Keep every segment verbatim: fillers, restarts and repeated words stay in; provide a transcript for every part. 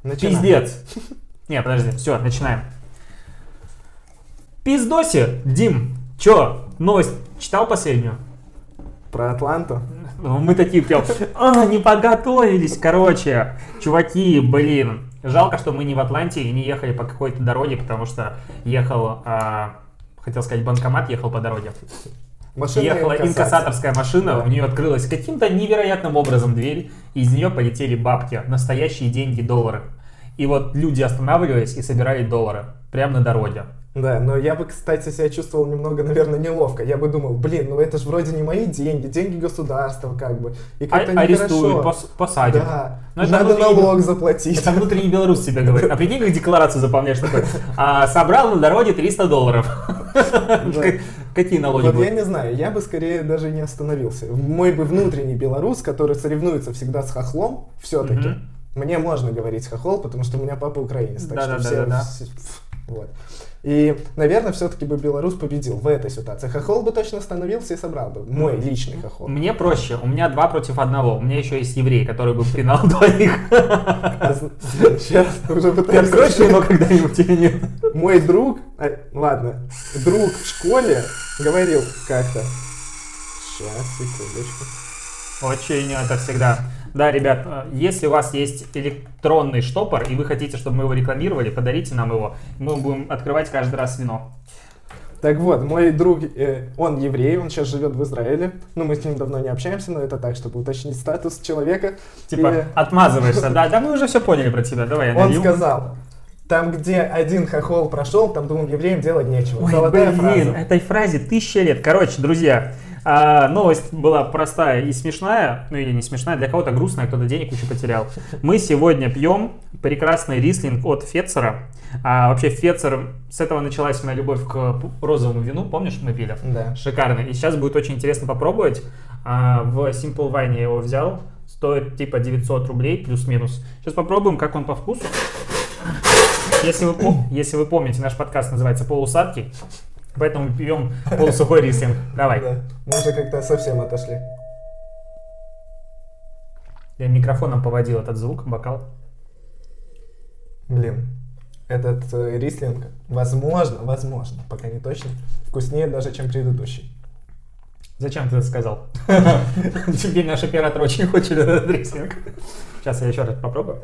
Начинаем. Пиздец. Не, подожди, все, начинаем. Пиздоси, Дим, чё, новость читал последнюю? Про Атланту? Мы такие прям, а, не подготовились, короче. Чуваки, блин, жалко, что мы не в Атланте и не ехали по какой-то дороге, потому что ехал, а, хотел сказать, банкомат ехал по дороге. Машина Ехала инкассация. инкассаторская машина, Да. у нее открылась каким-то невероятным образом дверь, и из нее полетели бабки, настоящие деньги, доллары. И вот люди останавливались и собирали доллары прямо на дороге. Да, но я бы, кстати, себя чувствовал немного, наверное, неловко. Я бы думал, блин, ну это же вроде не мои деньги, деньги государства, как бы. И как-то А- арестуют, нехорошо. пос- посадят. Да, Но это надо внутренний- налог заплатить. Это внутренний белорус тебе говорит. А прикинь, как декларацию заполняешь такой. А, собрал на дороге триста долларов. Как- Какие налоги Вот я будут? не знаю, я бы скорее даже не остановился. Мой бы внутренний белорус, который соревнуется всегда с хохлом, все-таки. Мгм. Мне можно говорить хохол, потому что у меня папа украинец. Так что все... Да-да-да-да-да. все- Вот. И, наверное, все-таки бы белорус победил в этой ситуации. Хохол бы точно остановился и собрал бы. Мой личный хохол. Мне проще. У меня два против одного. У меня еще есть еврей, который бы пинал двоих. Сейчас уже Ты пытаюсь... откроешь его когда-нибудь или нет? Мой друг, а, ладно, друг в школе говорил как-то. Сейчас, секундочку. Очень это всегда. Да, ребят, э, если у вас есть электронный штопор, и вы хотите, чтобы мы его рекламировали, подарите нам его. Мы будем открывать каждый раз вино. Так вот, мой друг, э, он еврей, он сейчас живет в Израиле. Ну, мы с ним давно не общаемся, но это так, чтобы уточнить статус человека. Типа, И отмазываешься. Да, да, мы уже все поняли про тебя. Давай, я он налью. сказал, там, где один хохол прошел, там двум евреям делать нечего. Ой, Золотая блин, фраза. этой фразе тысяча лет. Короче, друзья, а, новость была простая и смешная, ну или не смешная, для кого-то грустная, кто-то денег кучу потерял. Мы сегодня пьем прекрасный рислинг от Фетцера. А, вообще Фетцер, с этого началась моя любовь к розовому вину, помнишь, мы пили? Да. Шикарный. И сейчас будет очень интересно попробовать. А, в Simple Wine я его взял, стоит типа девятьсот рублей плюс-минус. Сейчас попробуем, как он по вкусу. Если вы, пом- если вы помните, наш подкаст называется «Полусадкий», поэтому мы пьем полусухой рислинг. Давай. Да. Мы уже как-то совсем отошли. Я микрофоном поводил этот звук, бокал. Блин, этот э, рислинг, возможно, возможно, пока не точно, вкуснее даже, чем предыдущий. Зачем ты это сказал? Теперь наш оператор очень хочет этот рислинг. Сейчас я еще раз попробую.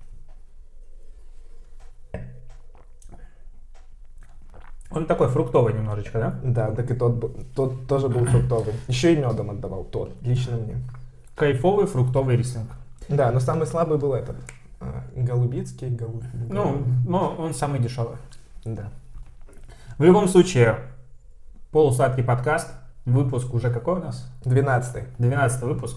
Он такой фруктовый немножечко, да? Да, так и тот, был- тот тоже был фруктовый. Еще и медом отдавал тот, лично мне. Кайфовый фруктовый рислинг. Да, но самый слабый был этот. а, Голубицкий, голуб... Ну, но он самый дешевый. да. В любом случае, полусладкий подкаст. Выпуск уже какой у нас? Двенадцатый. двенадцатый выпуск.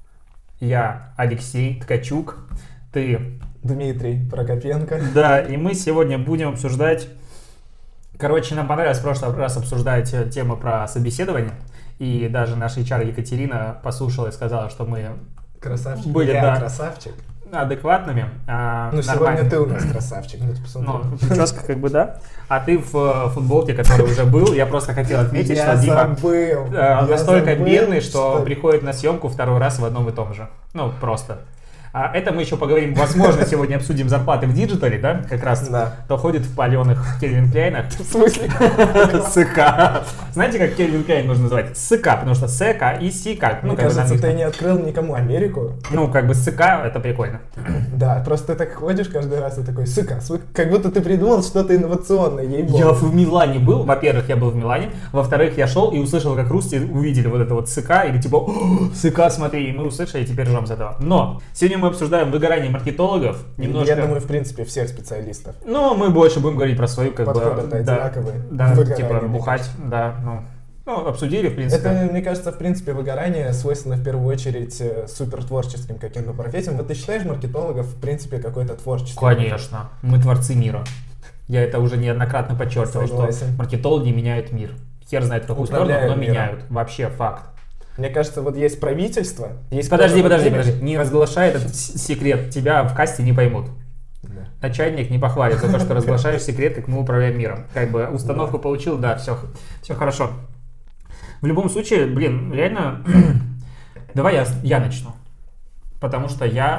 Я Алексей Ткачук. Ты. Дмитрий Прокопенко. Да, и мы сегодня будем обсуждать... Короче, нам понравилось в прошлый раз обсуждать э, тему про собеседование. И даже наша эйч ар Екатерина послушала и сказала, что мы Красавчик. Были, Я да. красавчик. адекватными. а, Ну, нормально. сегодня ты у нас красавчик. Ну, ты посмотри. Ну, прическа как бы да. А ты в э, футболке, который уже был. Я просто хотел отметить, Я что Дима забыл. э, Я настолько забыл, бедный, что что- приходит на съемку второй раз в одном и том же. Ну, просто. А это мы еще поговорим, возможно, сегодня обсудим зарплаты в диджитале, да, как раз, Да. кто ходит в паленых Кельвин Кляйнах. В смысле? СК. Знаете, как Кельвин Кляйн нужно называть? СК, потому что СК и СК. Ну, Мне как бы на кажется, ты английском. не открыл никому Америку. Ну, как бы СК, это прикольно. Да, просто ты так ходишь каждый раз и такой, сука, сука, как будто ты придумал что-то инновационное, ей-богу. Я в Милане был. Во-первых, я был в Милане. Во-вторых, я шел и услышал, как русские увидели вот это вот СК. И типа, «О, СК, смотри, и мы услышали, и теперь ржем с этого. Но сегодня мы обсуждаем выгорание маркетологов. Немножко... Я думаю, в принципе, всех специалистов. Ну, мы больше будем говорить про свою, как Подходы-то бы... одинаковые. Да, Выгорание, типа, мне бухать, да, ну... Ну, обсудили, в принципе. Это, мне кажется, в принципе, выгорание свойственно в первую очередь э, супертворческим каким-то профессиям. Вот ты считаешь маркетологов, в принципе, какой-то творческий? Конечно, мы творцы мира. Я это уже неоднократно подчеркивал, Согласен. что маркетологи меняют мир. Хер знает в какую сторону, Управляют но миром. меняют. Вообще факт. Мне кажется, вот есть правительство, есть... Подожди, кто-то подожди, вот подожди. Не разглашай этот с- секрет. Тебя в касте не поймут. Да. Начальник не похвалит за то, что разглашаешь секрет, как мы управляем миром. Как бы установку получил, да, все, все хорошо. В любом случае, блин, реально, давай я, я начну. Потому что я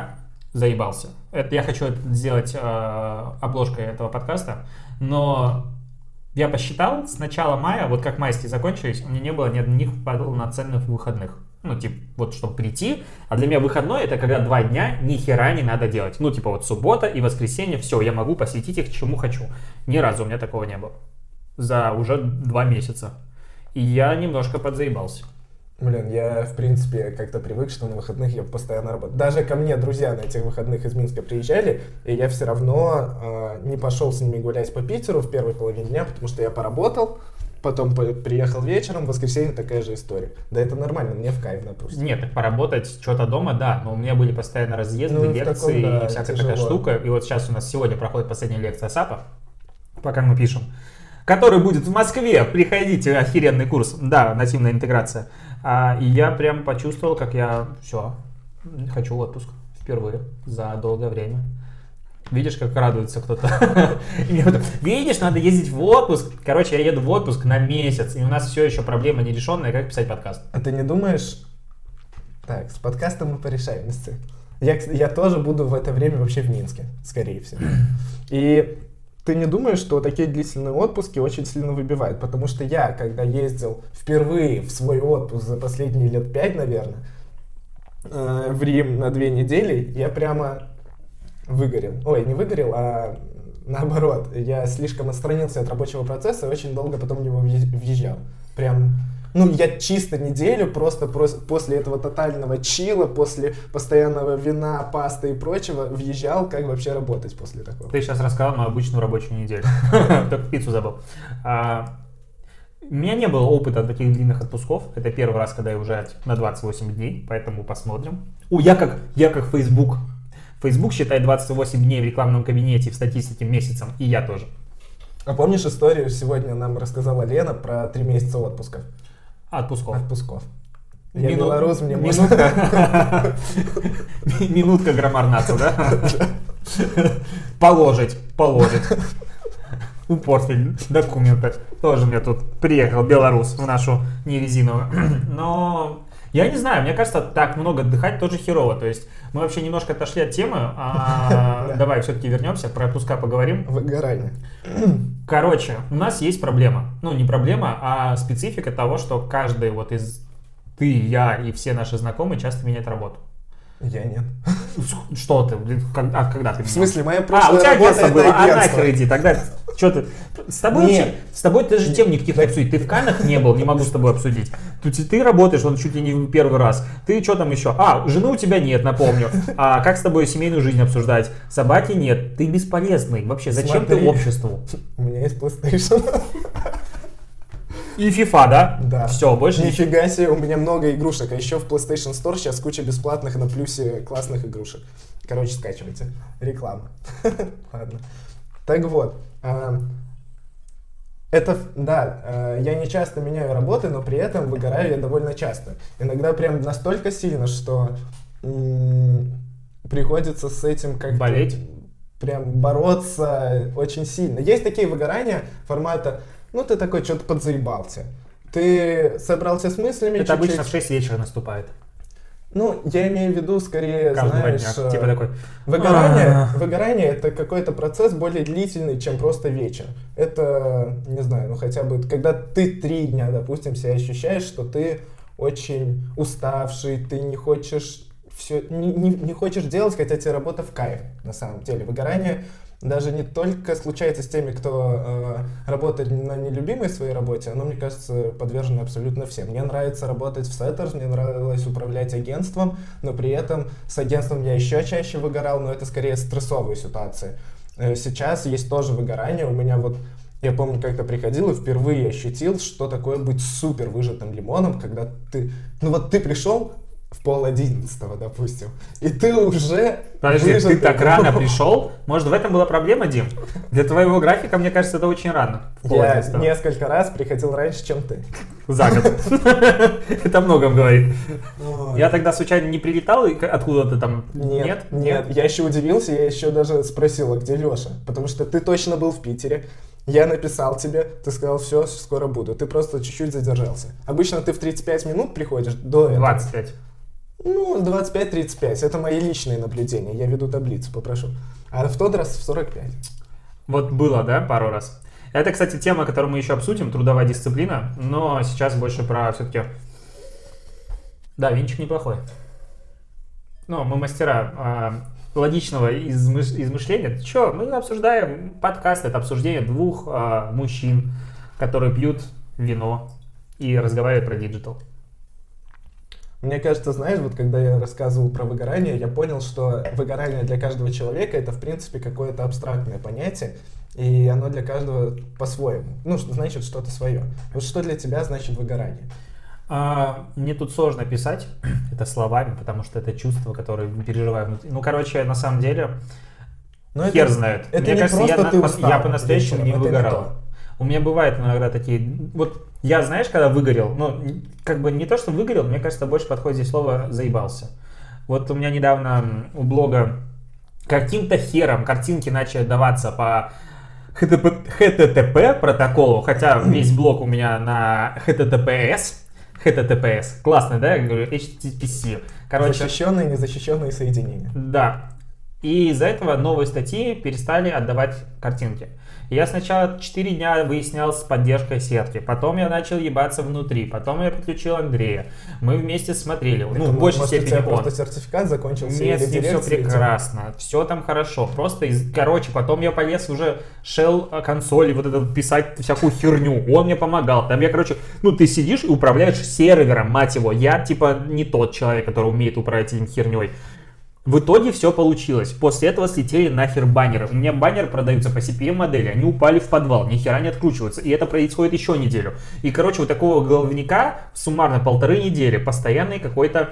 заебался. Это, я хочу это сделать э, обложкой этого подкаста, но я посчитал, с начала мая, вот как майские закончились, у меня не было ни одних полноценных выходных. Ну, типа, вот чтобы прийти, а для меня выходной это когда два дня ни хера не надо делать. Ну, типа, вот суббота и воскресенье, все, я могу посвятить их чему хочу. Ни разу у меня такого не было. За уже два месяца. И я немножко подзаебался. Блин, я, в принципе, как-то привык, что на выходных я постоянно работаю. Даже ко мне друзья на этих выходных из Минска приезжали, и я все равно э, не пошел с ними гулять по Питеру в первой половине дня, потому что я поработал, потом по- приехал вечером, в воскресенье такая же история. Да это нормально, мне в кайф, допустим. Нет, так поработать что-то дома, да, но у меня были постоянно разъезды, Ну, в лекции таком, да, и всякая тяжело. такая штука. И вот сейчас у нас сегодня проходит последняя лекция САПа, пока мы пишем, который будет в Москве. Приходите, охеренный курс. Да, нативная интеграция. А, и я прям почувствовал, как я все, хочу отпуск впервые за долгое время. Видишь, как радуется кто-то. Видишь, надо ездить в отпуск. Короче, я еду в отпуск на месяц, и у нас все еще проблема нерешенная, как писать подкаст. А ты не думаешь... Так, с подкастом мы порешаем. Я, я тоже буду в это время вообще в Минске, скорее всего. И ты не думаешь, что такие длительные отпуски очень сильно выбивают? Потому что я, когда ездил впервые в свой отпуск за последние лет пять, наверное, э, в Рим на две недели, я прямо выгорел. Ой, не выгорел, а наоборот. Я слишком отстранился от рабочего процесса и очень долго потом в него въезжал. Прям... Ну, я чисто неделю просто прос- после этого тотального чила, после постоянного вина, пасты и прочего, въезжал, как вообще работать после такого. Ты сейчас рассказал мою обычную рабочую неделю. Только пиццу забыл. А, у меня не было опыта таких длинных отпусков. Это первый раз, когда я уже на двадцать восемь дней, поэтому посмотрим. О, я как, я как Facebook. Facebook считает двадцать восемь дней в рекламном кабинете в статистике месяцем, и я тоже. А помнишь историю, сегодня нам рассказала Лена про три месяца отпуска? Отпусков. Отпусков. Я Мину... белорус, мне Минутка. Минутка граммарнацу, да? Положить, положить. У портфель, документы. Тоже мне тут приехал белорус в нашу нерезиновую. Но я не знаю, мне кажется, так много отдыхать тоже херово. То есть мы вообще немножко отошли от темы. А давай все-таки вернемся, про отпуска поговорим. Выгорание. Короче, у нас есть проблема. Ну, не проблема, а специфика того, что каждый вот из ты, я и все наши знакомые часто меняют работу. Я нет. Что ты? Как- А когда ты менял? В смысле, моя А, у прошлая тебя работа агентство это было, а агентство. нахер иди, тогда что ты? С тобой Нет. вообще, с тобой даже тем никаких не обсудить. Ты в Каннах не был, не могу с тобой обсудить. Тут ты работаешь, он чуть ли не в первый раз. Ты что там еще? А, жены у тебя нет, напомню. А как с тобой семейную жизнь обсуждать? Собаки нет. Ты бесполезный. Вообще, зачем Смотри. ты обществу? У меня есть PlayStation. И FIFA, да? Да. Все, больше ничего. Нифига себе, у меня много игрушек. А еще в PlayStation Store сейчас куча бесплатных на плюсе классных игрушек. Короче, скачивайте. Реклама. Ладно. Так вот. а, Это, да, а, я не часто меняю работы, но при этом выгораю я довольно часто. Иногда прям настолько сильно, что м, приходится с этим как-то... Болеть? Прям бороться очень сильно. Есть такие выгорания формата, ну ты такой что-то подзаебался. Ты собрался с мыслями Это чуть-чуть. обычно в шесть вечера наступает. Ну, я имею в виду скорее, Каждого знаешь, дня. э, Типа такой. выгорание, «А-а-а». выгорание это какой-то процесс более длительный, чем просто вечер. Это, не знаю, ну хотя бы, когда ты три дня, допустим, себя ощущаешь, что ты очень уставший, ты не хочешь все, не, не, не хочешь делать, хотя тебе работа в кайф, на самом деле. Выгорание даже не только случается с теми, кто э, работает на нелюбимой своей работе, оно, мне кажется, подвержено абсолютно всем. Мне нравится работать в Setters, мне нравилось управлять агентством, но при этом с агентством я еще чаще выгорал, но это скорее стрессовые ситуации. Э, сейчас есть тоже выгорание, у меня вот, я помню, как-то приходил и впервые ощутил, что такое быть супер выжатым лимоном, когда ты, ну вот ты пришел в пол одиннадцатого, допустим, и ты уже... Подожди, выжатый. ты так рано пришел? Может, в этом была проблема, Дим? Для твоего графика, мне кажется, это очень рано. в пол Я одиннадцатого. несколько раз приходил раньше, чем ты. За год. Это о многом говорит. Ой. Я тогда случайно не прилетал и откуда-то там... Нет, нет, я еще удивился, я еще даже спросил, а где Леша? Потому что ты точно был в Питере, я написал тебе, ты сказал, все, скоро буду. Ты просто чуть-чуть задержался. Обычно ты в тридцать пять минут приходишь до этого. двадцать пять. Ну, двадцать пять тридцать пять. Это мои личные наблюдения. Я веду таблицу, попрошу. А в тот раз в сорок пять. Вот было, да, пару раз. Это, кстати, тема, которую мы еще обсудим, трудовая дисциплина, но сейчас больше про все-таки... Да, винчик неплохой. Ну, мы мастера а, логичного измыш... измышления. Че, мы обсуждаем подкаст, это обсуждение двух а, мужчин, которые пьют вино и разговаривают про диджитал. Мне кажется, знаешь, вот когда я рассказывал про выгорание, я понял, что выгорание для каждого человека это, в принципе, какое-то абстрактное понятие, и оно для каждого по-своему. Ну, что значит что-то свое. Вот что для тебя значит выгорание? А, мне тут сложно писать это словами, потому что это чувство, которое переживаю внутри. Ну, короче, на самом деле, Но хер это, знает. Это Мне не кажется, просто я, ты на, устал, я по-настоящему не это выгорал. Не У меня бывают иногда такие... Вот я, знаешь, когда выгорел, ну, как бы не то, что выгорел, мне кажется, больше подходит здесь слово «заебался». Вот у меня недавно у блога каким-то хером картинки начали даваться по эйч ти ти пи протоколу, хотя весь блог у меня на эйч ти ти пи эс. эйч ти ти пи эс. Классно, да? Я говорю эйч ти ти пи си. Короче, защищенные и незащищенные соединения. Да. И из-за этого новые статьи перестали отдавать картинки. Я сначала четыре дня выяснял с поддержкой сетки, потом я начал ебаться внутри, потом я подключил Андрея. Мы вместе смотрели. Это, ну, в большей может, степени у тебя он. просто сертификат закончился? Нет, или с ним все дирекции, прекрасно, все там хорошо. Просто, из... короче, потом я полез уже shell консоли, вот это писать всякую херню. Он мне помогал. Там я, короче, ну ты сидишь и управляешь сервером, мать его. Я типа не тот человек, который умеет управлять этим херней. В итоге все получилось. После этого слетели нахер баннеры. У меня баннеры продаются по си пи эм-модели. Они упали в подвал, ни хера не откручиваются. И это происходит еще неделю. И, короче, вот такого головника суммарно полторы недели. Постоянный какой-то...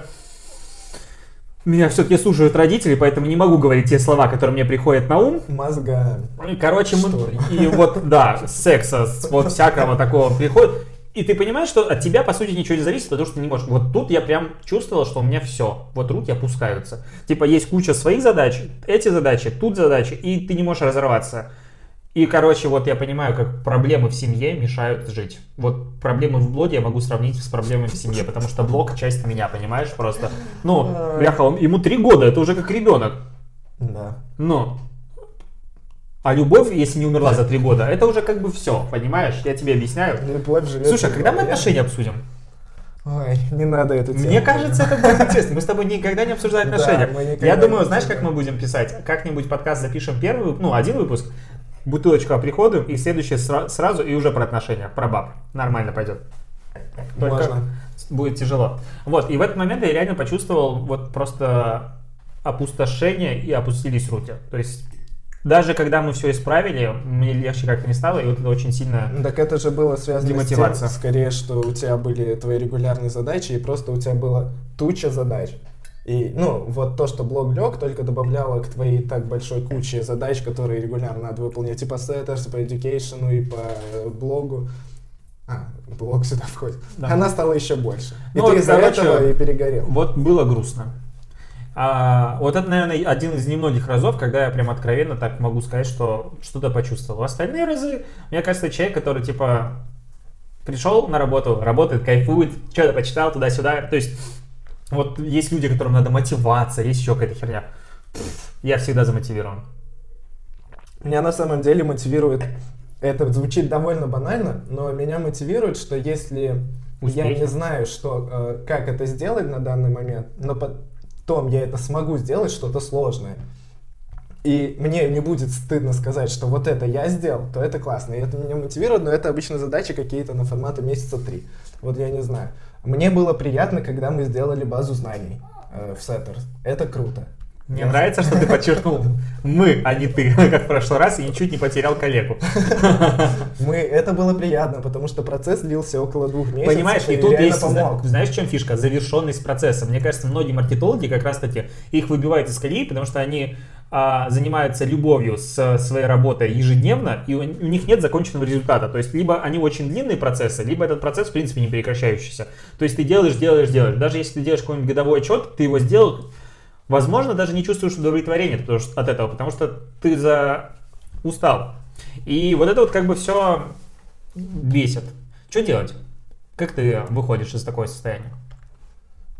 Меня все-таки слушают родители, поэтому не могу говорить те слова, которые мне приходят на ум. Мозга. Короче, мы... И вот, да, секса, вот всякого такого приходит. И ты понимаешь, что от тебя, по сути, ничего не зависит, потому что ты не можешь. Вот тут я прям чувствовал, что у меня все. Вот руки опускаются. Типа есть куча своих задач, эти задачи, тут задачи, и ты не можешь разорваться. И, короче, вот я понимаю, как проблемы в семье мешают жить. Вот проблемы в блоге я могу сравнить с проблемами в семье, потому что блог часть меня, понимаешь, просто. Ну, бляха, он, ему три года, это уже как ребенок. Да. Но... А любовь, если не умерла за три года, это уже как бы все, понимаешь? Я тебе объясняю. Любовь живет. Слушай, а когда мы отношения обсудим? Ой, не надо эту тему. Мне кажется, это будет интересно. Мы с тобой никогда не обсуждали отношения. Да, мы никогда Я думаю, не знаешь, как обсуждаем. мы будем писать? Как-нибудь подкаст запишем первый, ну, один выпуск, бутылочку оприходуем, и следующий сра- сразу, и уже про отношения, про баб. Нормально пойдет. Только Можно. будет тяжело. Вот, и в этот момент я реально почувствовал вот просто опустошение и опустились руки. То есть даже когда мы все исправили, мне легче как-то не стало, и вот это очень сильно... Так это же было связано Демотивация. с тем, скорее, что у тебя были твои регулярные задачи, и просто у тебя была туча задач. И, ну, вот то, что блог лег, только добавляло к твоей так большой куче задач, которые регулярно надо выполнять и по Setters, и по Education, и по блогу. А, блог сюда входит. Да. Она стала еще больше. И Ну, ты вот, из-за короче, этого и перегорел. Вот было грустно. А, вот это, наверное, один из немногих разов, когда я прям откровенно так могу сказать, что что-то почувствовал. Остальные разы, мне кажется, человек, который типа пришел на работу, работает, кайфует, что-то почитал туда-сюда. То есть вот есть люди, которым надо мотивация, есть еще какая-то херня. Я всегда замотивирован. Меня на самом деле мотивирует, это звучит довольно банально, но меня мотивирует, что если Успехи. я не знаю, что, э, как это сделать на данный момент, но потом я это смогу сделать, что-то сложное, и мне не будет стыдно сказать, что вот это я сделал, то это классно, и это меня мотивирует, но это обычно задачи какие-то на форматы месяца три. Вот я не знаю. Мне было приятно, когда мы сделали базу знаний э, в Setters. Это круто. Мне нравится, что ты подчеркнул мы, а не ты, как в прошлый раз, и ничуть не потерял коллегу. Мы, это было приятно, потому что процесс длился около двух месяцев. Понимаешь, и и тут реально есть, помог. знаешь, в чем фишка? Завершенность процесса. Мне кажется, многие маркетологи как раз-таки их выбивают из колеи, потому что они а, занимаются любовью с своей работой ежедневно, и у, у них нет законченного результата. То есть, либо они очень длинные процессы, либо этот процесс, в принципе, не прекращающийся. То есть, ты делаешь, делаешь, делаешь. Даже если ты делаешь какой-нибудь годовой отчет, ты его сделал, возможно, даже не чувствуешь удовлетворения от этого, потому что ты за... устал. И вот это вот как бы все бесит. Что делать? Как ты выходишь из такого состояния?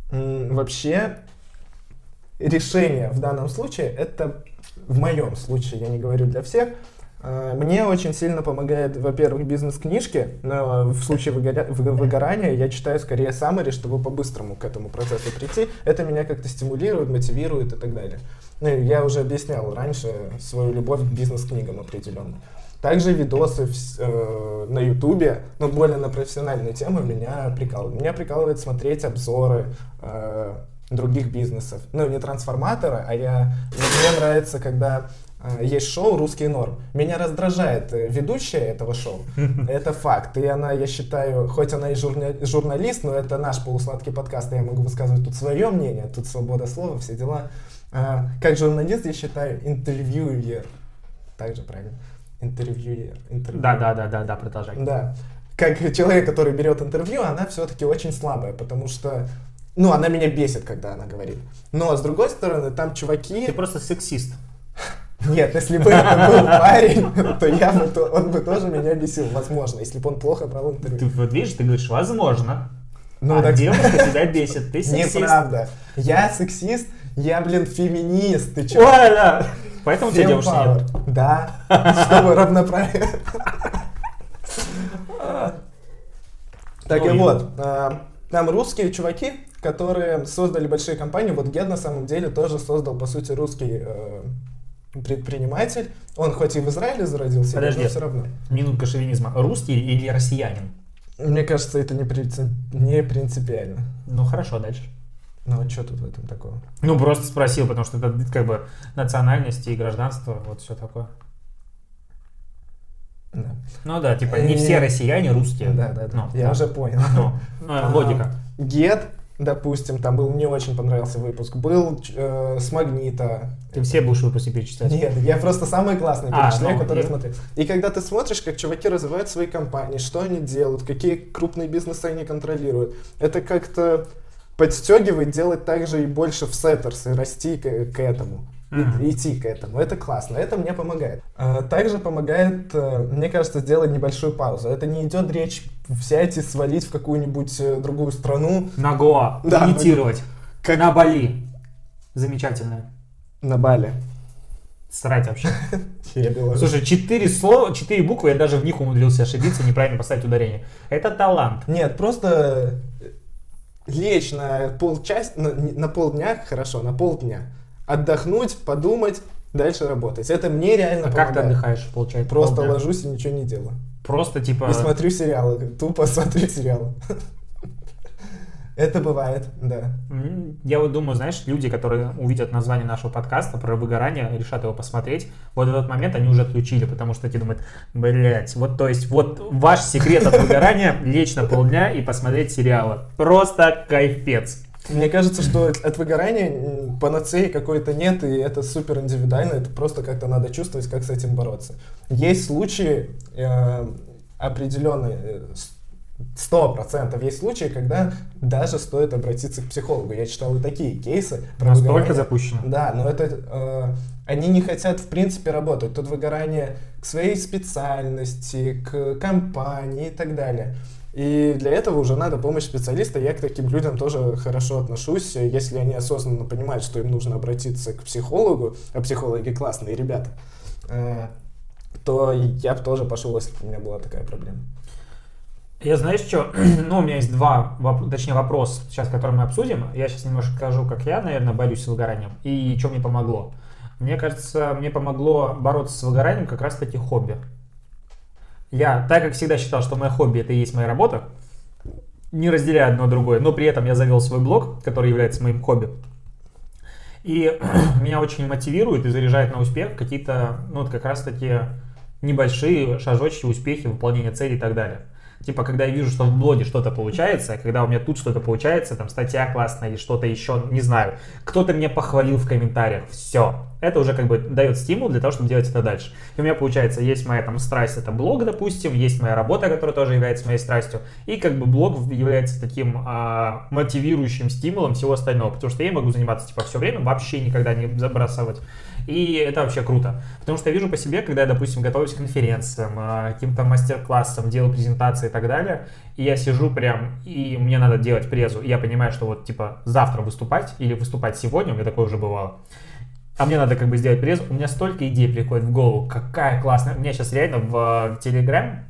М, Вообще, решение в данном случае, это в моем случае, я не говорю для всех, э, мне очень сильно помогает, во-первых, бизнес-книжки, но в случае выгоря- вы- выгорания я читаю скорее summary, чтобы по-быстрому к этому процессу прийти. Это меня как-то стимулирует, мотивирует и так далее. Ну, и я уже объяснял раньше свою любовь к бизнес-книгам определенно. Также видосы в, с- э, на ютубе, но более на профессиональные темы меня прикалывают. Меня прикалывает смотреть обзоры э, других бизнесов. Ну, не трансформатора, а я, мне нравится, когда э, есть шоу «Русский норм». Меня раздражает э, ведущая этого шоу. Это факт. И она, я считаю, хоть она и журна- журналист, но это наш полусладкий подкаст, и я могу высказывать тут свое мнение, тут свобода слова, все дела. А, как журналист, я считаю, интервьюер. Также правильно. Интервьюер. интервьюер. Да, да, да, да, да, продолжай. Да. Как человек, который берет интервью, она все-таки очень слабая, потому что, ну, она меня бесит, когда она говорит. Но, с другой стороны, там чуваки... Ты просто сексист. Нет, если бы это был парень, то я бы, то, он бы тоже меня бесил, возможно, если бы он плохо брал интервью. Ты вот видишь, ты говоришь, возможно. Ну, а так- девушка тебя бесит, ты сексист. Неправда. Я сексист, я, блин, феминист, ты чё? Ой, да. Поэтому у тебя Fem девушки power. нет. Да, чтобы равноправие. Так и Ну и- вот, а, там русские чуваки, которые создали большие компании. Вот Гет на самом деле тоже создал, по сути, русский э, предприниматель. Он хоть и в Израиле зародился, Подожди. но все равно. Минутка шовинизма. Русский или россиянин? Мне кажется, это не, принци- не принципиально. Ну хорошо, дальше. Ну а что тут в этом такого? Ну просто спросил, потому что это как бы национальность и гражданство, вот все такое. Да. Ну да, типа не И- все россияне русские. Да, да, да. Ну, Я да. уже понял. Ну, ну, логика. Гет, допустим, там был, мне очень понравился выпуск, был э, с Магнита. Ты все будешь выпуски перечислять? Нет, я просто самые классные А, перечисляю, ну, которые и- смотрю. И когда ты смотришь, как чуваки развивают свои компании, что они делают, какие крупные бизнесы они контролируют, это как-то подстегивает делать так же и больше в сеттерс и расти к, к этому. И- Мгм. идти к этому. Это классно, это мне помогает. А, Также помогает, э, мне кажется, сделать небольшую паузу. Это не идет речь взять и свалить в какую-нибудь э, другую страну. На Гоа. Да, Имитировать. Как На Бали. Замечательно. на Бали. Срать вообще. Я белорус. Слушай, четыре слова, четыре буквы, я даже в них умудрился ошибиться, неправильно поставить ударение. Это талант. Нет, просто лечь на полчаса, на, на полдня, хорошо, на полдня, отдохнуть, подумать, дальше работать. Это мне реально А помогает. как ты отдыхаешь, получается? Просто полдня? ложусь и ничего не делаю. Просто типа... И смотрю сериалы, тупо смотрю сериалы. Это бывает, да. М, Я вот думаю, знаешь, люди, которые увидят название нашего подкаста про выгорание, решат его посмотреть, вот в этот момент они уже отключили, потому что те думают, блять, вот то есть вот ваш секрет от выгорания лечь на полдня и посмотреть сериалы. Просто кайфец. Мне кажется, что от выгорания м, панацеи какой-то нет, и это супер индивидуально, это просто как-то надо чувствовать, как с этим бороться. Есть случаи э, определенные, э, сто процентов есть случаи, когда даже стоит обратиться к психологу. Я читал и такие кейсы. Про Настолько выгорание. запущено. Да, но это э, они не хотят в принципе работать. Тут выгорание к своей специальности, к компании и так далее. И для этого уже надо помощь специалиста. Я к таким людям тоже хорошо отношусь, если они осознанно понимают, что им нужно обратиться к психологу, а психологи классные ребята, э, то я бы тоже пошел, если бы у меня была такая проблема. Я знаешь что? Ну, у меня есть два, воп- точнее вопрос сейчас, который мы обсудим. Я сейчас немножко скажу, как я, наверное, борюсь с выгоранием и что мне помогло. Мне кажется, мне помогло бороться с выгоранием как раз-таки хобби. Я, так как всегда считал, что мое хобби это и есть моя работа, не разделяя одно другое, но при этом я завел свой блог, который является моим хобби. И меня очень мотивирует и заряжает на успех какие-то, ну, вот как раз-таки небольшие шажочки, успехи, выполнение целей и так далее. Типа, когда я вижу, что в блоге что-то получается, когда у меня тут что-то получается, там статья классная или что-то еще, не знаю, кто-то меня похвалил в комментариях, все. Это уже как бы дает стимул для того, чтобы делать это дальше. И у меня получается, есть моя там страсть, это блог, допустим, есть моя работа, которая тоже является моей страстью, и как бы блог является таким а, мотивирующим стимулом всего остального, потому что я могу заниматься типа все время, вообще никогда не забрасывать И это вообще круто. Потому что я вижу по себе, когда я, допустим, готовлюсь к конференциям, каким-то мастер-классам, делаю презентации и так далее, и я сижу прям, и мне надо делать презу, и я понимаю, что вот, типа, завтра выступать или выступать сегодня, у меня такое уже бывало, а мне надо как бы сделать презу, у меня столько идей приходит в голову, какая классная. У меня сейчас реально в Телеграм,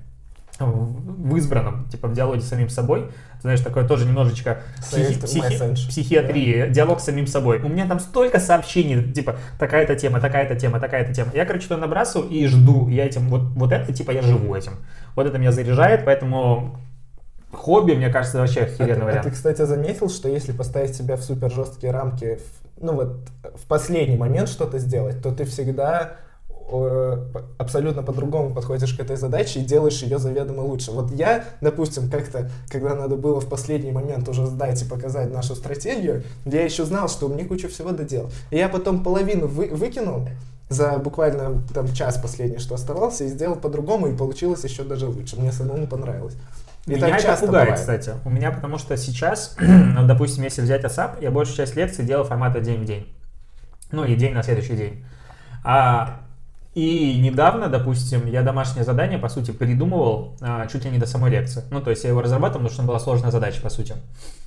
в избранном, типа в диалоге с самим собой, знаешь, такое тоже немножечко психи- психи- психиатрии, да. Диалог с самим собой. У меня там столько сообщений, типа, такая-то тема, такая-то тема, такая-то тема. Я, короче, туда набрасываю и жду. Я этим, вот, вот это, типа, я живу этим. Вот это меня заряжает, поэтому хобби, мне кажется, вообще охеренный а, вариант. А ты, кстати, заметил, что если поставить себя в супер жесткие рамки, ну вот, в последний момент что-то сделать, то ты всегда абсолютно по-другому подходишь к этой задаче и делаешь ее заведомо лучше. Вот я, допустим, как-то, когда надо было в последний момент уже сдать и показать нашу стратегию, я еще знал, что мне кучу всего доделал. И я потом половину вы, выкинул за буквально там час последний, что оставался, и сделал по-другому, и получилось еще даже лучше. Мне самому понравилось. И меня это пугает, бывает. Кстати. У меня, потому что сейчас, ну, допустим, если взять АСАП, я большую часть лекций делал формата день в день. Ну, и день на следующий день. А И недавно, допустим, я домашнее задание, по сути, придумывал а, чуть ли не до самой лекции. Ну, то есть я его разрабатывал, потому что была сложная задача, по сути.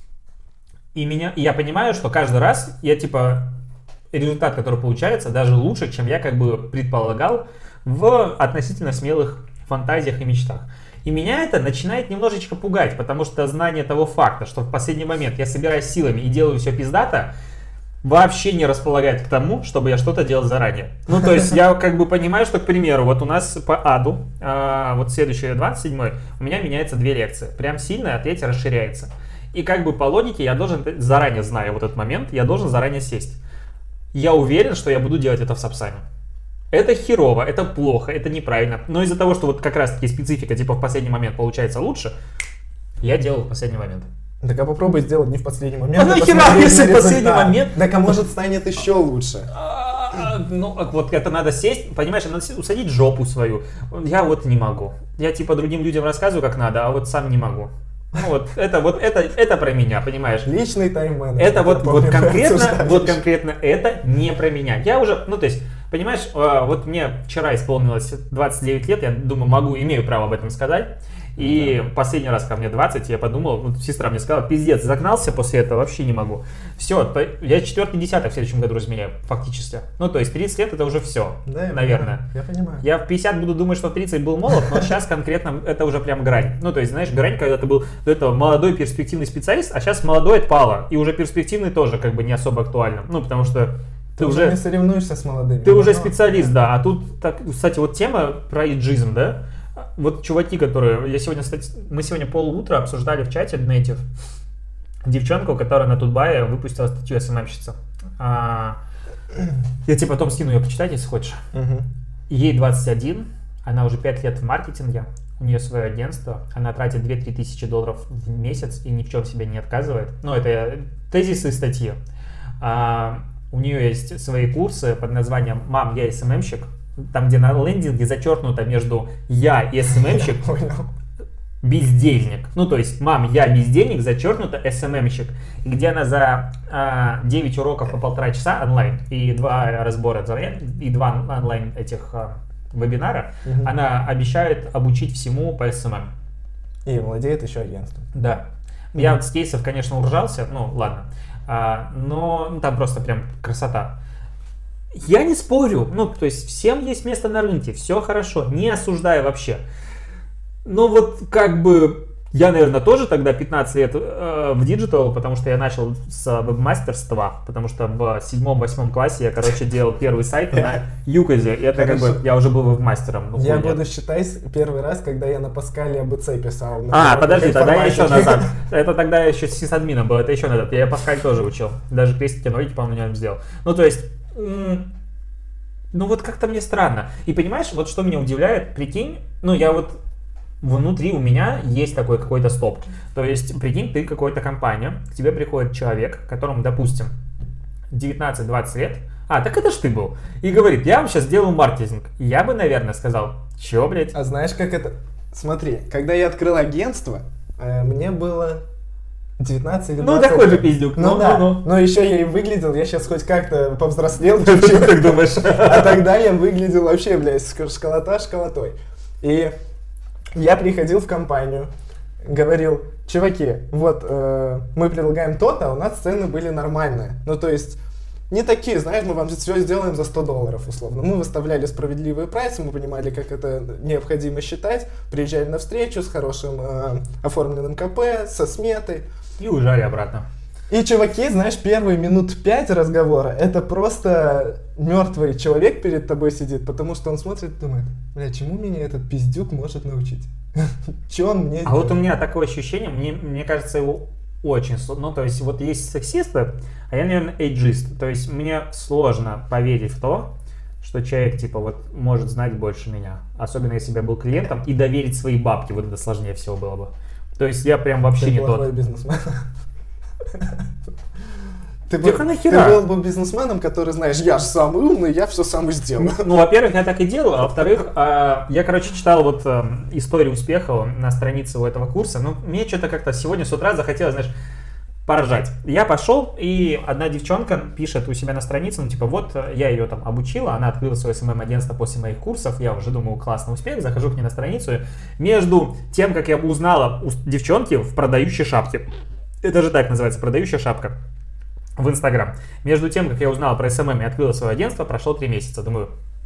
И, меня, и я понимаю, что каждый раз я, типа, результат, который получается, даже лучше, чем я, как бы, предполагал в относительно смелых фантазиях и мечтах. И меня это начинает немножечко пугать, потому что знание того факта, что в последний момент я собираюсь силами и делаю все пиздато, вообще не располагает к тому, чтобы я что-то делал заранее. Ну, то есть я как бы понимаю, что, к примеру, вот у нас по аду, а, вот следующий двадцать седьмой, у меня меняется две лекции. Прям сильно, а третья расширяется. И как бы по логике я должен, заранее зная вот этот момент, я должен заранее сесть. Я уверен, что я буду делать это в Сапсане. Это херово, это плохо, это неправильно. Но из-за того, что вот как раз-таки специфика, типа в последний момент получается лучше, я делал в последний момент. Так а попробуй сделать не в последний момент. А нахера, если в последний момент? Так а может станет еще лучше. Ну, вот это надо сесть, понимаешь, надо усадить жопу свою. Я вот не могу. Я типа другим людям рассказываю, как надо, а вот сам не могу. Ну вот, это вот, это, это про меня, понимаешь? Личный тайм-менеджмент. Это вот, вот конкретно, вот конкретно это не про меня. Я уже, ну то есть, понимаешь, вот мне вчера исполнилось двадцать девять лет, я думаю, могу, имею право об этом сказать. И да. Последний раз ко мне двадцать, я подумал, вот сестра мне сказала, пиздец, загнался после этого, вообще не могу. Все, я четвертый десяток в следующем году разменяю, фактически. Ну, то есть тридцать лет это уже все, да, я наверное. Понимаю, я понимаю. Я в пятьдесят буду думать, что в тридцать был молод, но сейчас конкретно это уже прям грань. Ну, то есть, знаешь, грань, когда ты был до этого молодой перспективный специалист, а сейчас молодой отпало. И уже перспективный тоже как бы не особо актуально. Ну, потому что ты, ты уже не соревнуешься с молодыми. Ты уже специалист, да. А тут, так, кстати, вот тема про иджизм, да? Вот чуваки, которые... Я сегодня, кстати, мы сегодня полутра обсуждали в чате Native девчонку, которая на Тутбае выпустила статью эс эм эм-щица. А, я тебе потом скину ее почитать, если хочешь. Угу. Ей двадцать один, она уже пять лет в маркетинге, у нее свое агентство, она тратит две-три тысячи долларов в месяц и ни в чем себе не отказывает. Ну, это тезисы статьи. А, у нее есть свои курсы под названием «Мам, я эс эм эм-щик», там, где на лендинге зачеркнуто между «я» и эс эм эм-щик бездельник. Ну, то есть, мам, я бездельник, зачеркнуто эс эм эм-щик. Где она за а, девять уроков по полтора часа онлайн и два разбора, и два онлайн этих а, вебинара, угу. Она обещает обучить всему по эс эм эм. И владеет еще агентством. Да. Угу. Я вот с кейсов, конечно, уржался, ну, ладно. А, но ну, там просто прям красота. Я не спорю, ну, то есть всем есть место на рынке, все хорошо, не осуждаю вообще. Но вот как бы я, наверное, тоже тогда пятнадцать лет э, в диджитал, потому что я начал с веб-мастерства, потому что в седьмом-восьмом классе я, короче, делал первый сайт на Юкозе, и это как бы я уже был веб-мастером. Ну, я буду считать первый раз, когда я на Паскале эй би си писал. А, подожди, тогда я еще назад. Это тогда я еще сисадмином был, это еще назад. Я Паскаль тоже учил, даже крестики-новики, по-моему, на нем сделал. Ну, то есть... Ну вот как-то мне странно. И понимаешь, вот что меня удивляет, прикинь, ну я вот внутри у меня есть такой какой-то стоп. То есть, прикинь, ты какая-то компания, к тебе приходит человек, которому, допустим, девятнадцать-двадцать лет, а, так это ж ты был, и говорит, я вам сейчас сделаю маркетинг. Я бы, наверное, сказал, чё, блядь? А знаешь, как это? Смотри, когда я открыл агентство, мне было девятнадцать или Ну, двадцать. такой же пиздюк. Ну, Ну, да, ну, ну. но еще я и выглядел, я сейчас хоть как-то повзрослел Ты чуть-чуть. как думаешь? А тогда я выглядел вообще, блядь, школота школотой. И я приходил в компанию, говорил, чуваки, вот э, мы предлагаем то-то, а у нас цены были нормальные. Ну, то есть, не такие, знаешь, мы вам все сделаем за сто долларов, условно. Мы выставляли справедливые прайсы, мы понимали, как это необходимо считать, приезжали на встречу с хорошим э, оформленным КП, со сметой. И уезжали обратно. И чуваки, знаешь, первые минут пять разговора, это просто мертвый человек перед тобой сидит, потому что он смотрит и думает, бля, чему меня этот пиздюк может научить? Че он мне А вот у меня такое ощущение, мне, мне кажется, его очень сложно. Ну, то есть, вот есть сексисты, а я, наверное, эйджист. То есть, мне сложно поверить в то, что человек, типа, вот, может знать больше меня. Особенно, если бы я был клиентом, и доверить свои бабки, вот это сложнее всего было бы. То есть, я прям вообще Ты не плохой тот. бизнесмен. Ты, Тихо, был, нахера? ты был бы бизнесменом, который, знаешь, я же самый умный, я все сам и сделаю. Ну, во-первых, я так и делаю, а во-вторых, а, я, короче, читал вот а, историю успеха на странице у этого курса, ну, мне что-то как-то сегодня с утра захотелось, знаешь, поржать. Я пошел, и одна девчонка пишет у себя на странице, ну, типа, вот, я ее там обучила, она открыла свое эс эм эм-агентство после моих курсов, я уже думаю, классный успех, захожу к ней на страницу, между тем, как я узнала у девчонки в продающей шапке, это же так называется, продающая шапка, в Инстаграм. Между тем, как я узнала про эс эм эм и открыла свое агентство, прошло три месяца. Думаю,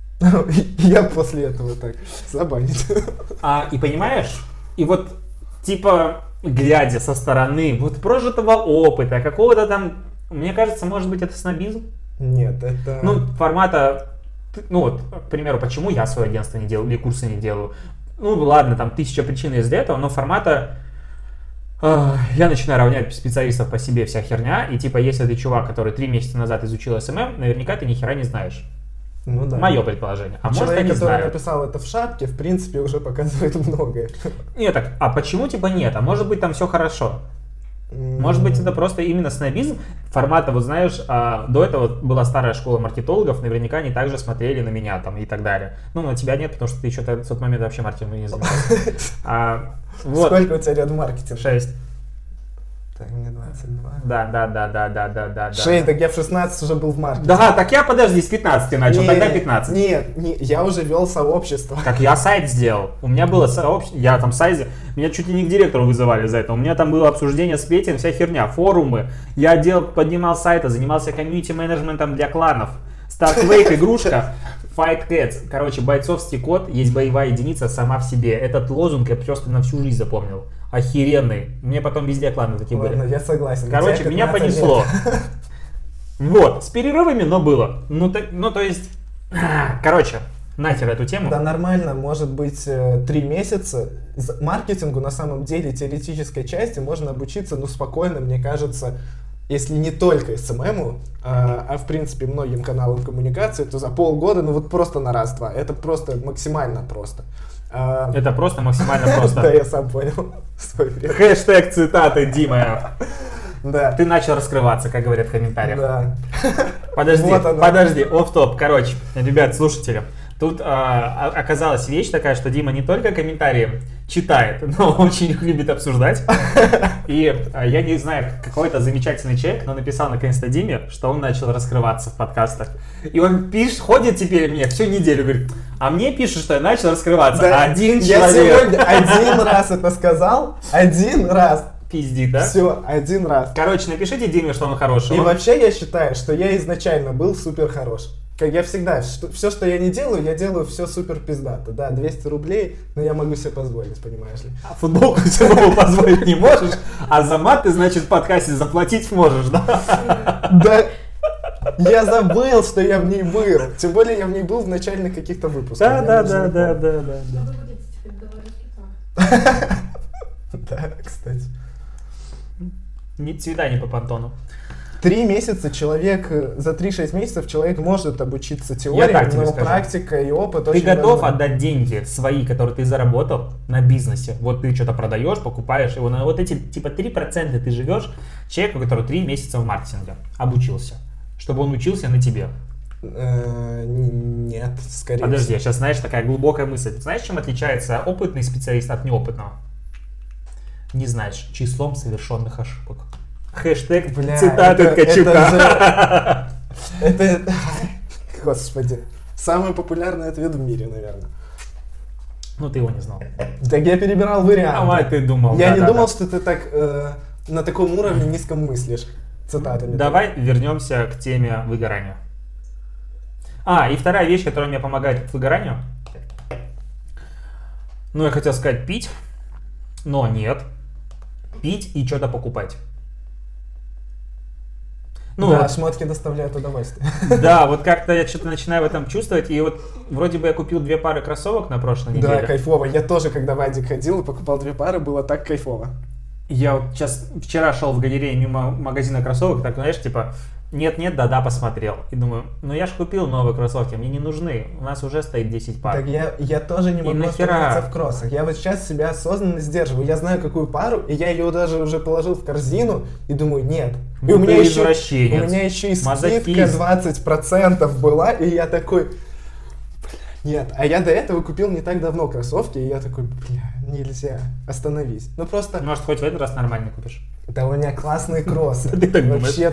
Я после этого так забанить. а, и понимаешь, и вот, типа, глядя со стороны, вот прожитого опыта, какого-то там, мне кажется, может быть, это снобизм? Нет, это... Ну, формата, ну вот, к примеру, почему я свое агентство не делаю или курсы не делаю? Ну, ладно, там тысяча причин из-за этого, но формата я начинаю равнять специалистов по себе, вся херня, и типа, если ты чувак, который три месяца назад изучил эс эм эм, наверняка ты ни хера не знаешь. Ну да. Мое предположение. А Человек, может, я не который знаю. написал это в шапке, в принципе, уже показывает многое. Нет, так, а почему типа нет? А может быть, там все хорошо? Может быть, это просто именно снобизм формата, вот знаешь, а, до этого была старая школа маркетологов, наверняка они также смотрели на меня там и так далее. Ну, на тебя нет, потому что ты еще в тот момент вообще маркетингом не занимался. А, вот. Сколько у тебя лет маркетинга? Шесть. Так, мне двадцать два. Да, да, да, да, да, да, да. Шесть, так я в шестнадцать уже был в маркетинге. Да, так я, подожди, с пятнадцати начал, Не, тогда пятнадцать. Нет, не, я уже вел сообщество. Так я сайт сделал. У меня было сообщество, я там сайт, меня чуть ли не к директору вызывали за это. У меня там было обсуждение сплетен, вся херня, форумы. Я делал, поднимал сайты, занимался комьюнити-менеджментом для кланов. StartWake игрушка, Fight Cats. Короче, бойцовский код, есть боевая единица сама в себе. Этот лозунг я просто на всю жизнь запомнил. Охеренный. Мне потом везде кланы такие Ладно, были. я согласен. Короче, Тебя меня пятнадцать понесло. лет. Вот, с перерывами, но было. Ну, то, ну, то есть, короче, нахер эту тему. Да нормально, может быть, э, три месяца. З- Маркетингу на самом деле теоретической части можно обучиться, ну, спокойно, мне кажется, если не только эс эм эм, а, а в принципе многим каналам коммуникации, то за полгода, ну вот просто на раз-два. Это просто максимально просто. А, Это просто максимально Да, просто. я сам понял свой бред. Хэштег цитаты, Дима. Да. Ты начал раскрываться, как говорят в комментариях. Да. Подожди, Вот оно. подожди, офф-топ. Короче, ребят, слушатели, тут а, оказалась вещь такая, что Дима не только комментарии читает, но очень их любит обсуждать. И а, я не знаю, какой-то замечательный человек, но написал наконец-то Диме, что он начал раскрываться в подкастах. И он пишет, ходит теперь мне всю неделю, говорит, а мне пишет, что я начал раскрываться. Да, Один я человек. сегодня один раз это сказал, один раз. Пиздит, да? Все, один раз. Короче, напишите Диме, что он хороший. И Он- вообще я считаю, что я изначально был супер хорош. Как я всегда, что, все, что я не делаю, я делаю все супер пиздато. Да, двести рублей, но я могу себе позволить, понимаешь ли. А футболку себе новую позволить не можешь, а за мат ты, значит, в подкасте заплатить можешь, да? Да, я забыл, что я в ней был. Тем более я в ней был в начальных каких-то выпусках. Да, Я да, даже да, не да, помню. да, да, да. Надо будет теперь говорить так. Да, кстати. Не свидание по понтону. Три месяца человек, э, за три-шесть месяцев человек может обучиться теории, так тебе но скажу. практика и опыт Ты очень готов важны. отдать деньги свои, которые ты заработал на бизнесе? Вот ты что-то продаешь, покупаешь его, на вот эти типа три процента ты живешь человеку, который три месяца в маркетинге обучился, чтобы он учился на тебе. Э, н- Нет, скорее Подожди, всего. сейчас, знаешь, такая глубокая мысль. Ты знаешь, чем отличается опытный специалист от неопытного? не знаешь числом совершенных ошибок. Хэштег Бля, цитаты это- Ткачука. Это, господи, самый популярный ответ в мире, наверное. Ну, ты его не знал. Так я перебирал варианты. Давай ты думал. Я да, не да, думал, да. что ты так э, на таком уровне низком мыслишь цитатами. Давай вернемся к теме выгорания. А, и вторая вещь, которая мне помогает к выгоранию. Ну, я хотел сказать пить, но нет. Пить и что-то покупать. Ну, да, вот, шмотки доставляют удовольствие. да, вот как-то я что-то начинаю в этом чувствовать. И вот вроде бы я купил две пары кроссовок на прошлой Да, неделе. кайфово. Я тоже, когда в Адик ходил и покупал две пары, было так кайфово. Я вот сейчас вчера шел в галерее мимо магазина кроссовок, так, знаешь, типа, нет-нет, да-да, посмотрел. И думаю, ну я ж купил новые кроссовки, мне не нужны, у нас уже стоит десять пар. Так я, я тоже не И могу нахера? остановиться в кроссах. Я вот сейчас себя осознанно сдерживаю. Я знаю, какую пару, и я ее даже уже положил в корзину, и думаю, нет. И Ну у меня ты еще, извращенец, у меня еще и скидка мазохист. двадцать процентов была, и я такой, бля, нет. А я до этого купил не так давно кроссовки, и я такой, бля, нельзя, остановись. Ну просто, Может, хоть в этот раз нормально купишь? да у меня классные кроссы. Ты так думаешь? Вообще,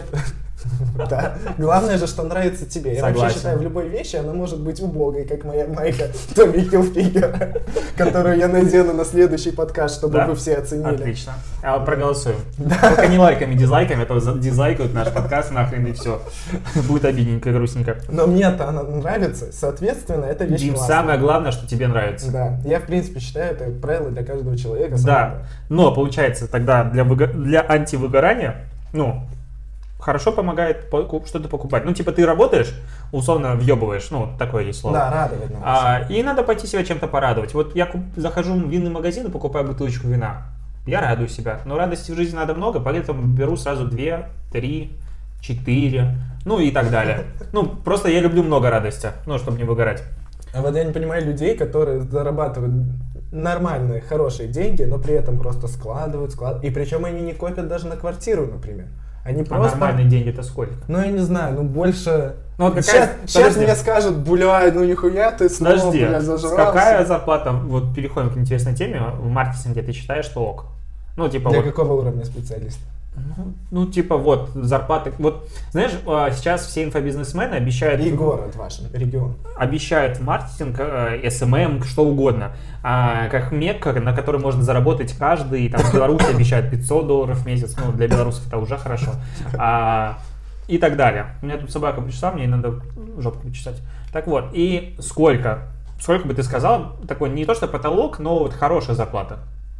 да. Главное же, что нравится тебе. Я вообще Согласен. считаю, в любой вещи она может быть убогой, как моя майка Томми Хилфигера, которую я надену на следующий подкаст, чтобы Да. вы все оценили. Отлично. А вот проголосуем. Только не лайками, дизлайками, а то за- дизлайкают наш подкаст нахрен и все. Будет обидненько, грустненько. Но мне-то она нравится, соответственно, это вещь Дим, классная. самое главное, что тебе нравится. Да, я в принципе считаю, это правило для каждого человека. Да, но получается тогда для, выго- для антивыгорания, ну, хорошо помогает поку- что-то покупать. Ну, типа ты работаешь, условно въебываешь, ну, такое есть слово. Да, радовать надо. А, и надо пойти себя чем-то порадовать. Вот я куп- захожу в винный магазин и покупаю бутылочку вина. Я радую себя. Но радости в жизни надо много, поэтому беру сразу две, три, четыре, ну и так далее. Ну, просто я люблю много радости, ну, чтобы не выгорать. А вот я не понимаю людей, которые зарабатывают нормальные, хорошие деньги, но при этом просто складывают, складывают. И причем они не копят даже на квартиру, например. Они А просто... нормальные деньги это сколько? Ну, я не знаю, ну больше... Ну, вот какая- сейчас, сейчас подожди. мне скажут, бля, ну нихуя ты снова, Подожди, бля, зажрался. какая зарплата, вот переходим к интересной теме, в маркетинге ты считаешь, что ок? Ну, типа Для вот, какого уровня специалиста? ну, ну, типа вот, зарплаты, вот, знаешь, а, сейчас все инфобизнесмены обещают... И город ваш, регион. обещают маркетинг, э, эс эм эм, что угодно, а, как мекка, на которой можно заработать каждый, там, в Беларуси обещают пятьсот долларов в месяц, ну, для белорусов это уже хорошо, а, и так далее. У меня тут собака причесала, мне надо жопку почесать. Так вот, и сколько, сколько бы ты сказал, такой, не то что потолок, но вот хорошая зарплата?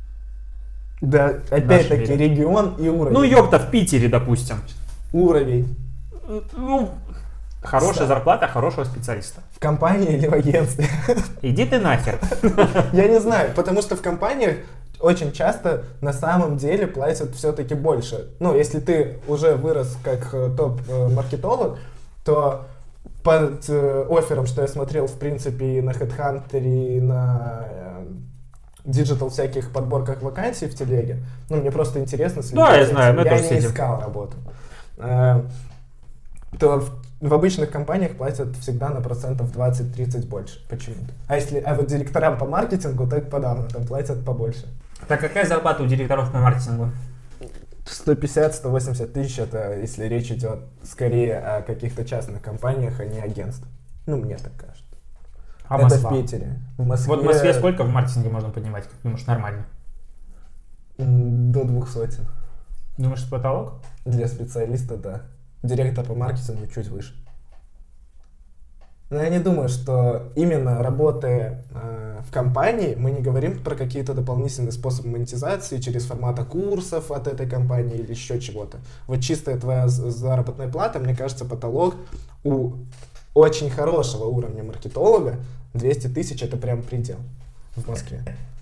Да, опять-таки, мире. регион и уровень. Ну, ёпта, в Питере, допустим. Уровень. Ну, хорошая Да. зарплата хорошего специалиста. В компании или в агентстве? Иди ты нахер. Я не знаю, потому что в компаниях очень часто на самом деле платят все-таки больше. Ну, если ты уже вырос как э, топ-маркетолог, то под э, оффером, что я смотрел, в принципе, и на HeadHunter, и на э, диджитал всяких подборках вакансий в телеге, ну, мне просто интересно следить. Да, я за знаю, этим. мы я тоже не следим. искал работу. Э, то в, в обычных компаниях платят всегда на процентов двадцать-тридцать больше почему-то. А если, а вот директорам по маркетингу так подавно, там платят побольше. Так какая зарплата у директоров по маркетингу? сто пятьдесят - сто восемьдесят тысяч, это если речь идет скорее о каких-то частных компаниях, а не агентствах. Ну, мне так кажется. А это Москва? в Питере. В Москве, Вот в Москве сколько в маркетинге можно поднимать, как думаешь, нормально? м, До двух сотен. Думаешь, это потолок? Для специалиста, да. Директор по маркетингу чуть выше. Но я не думаю, что именно работая э, в компании, мы не говорим про какие-то дополнительные способы монетизации через формата курсов от этой компании или еще чего-то. Вот чистая твоя з- заработная плата, мне кажется, потолок у очень хорошего уровня маркетолога двести тысяч это прям предел в Москве.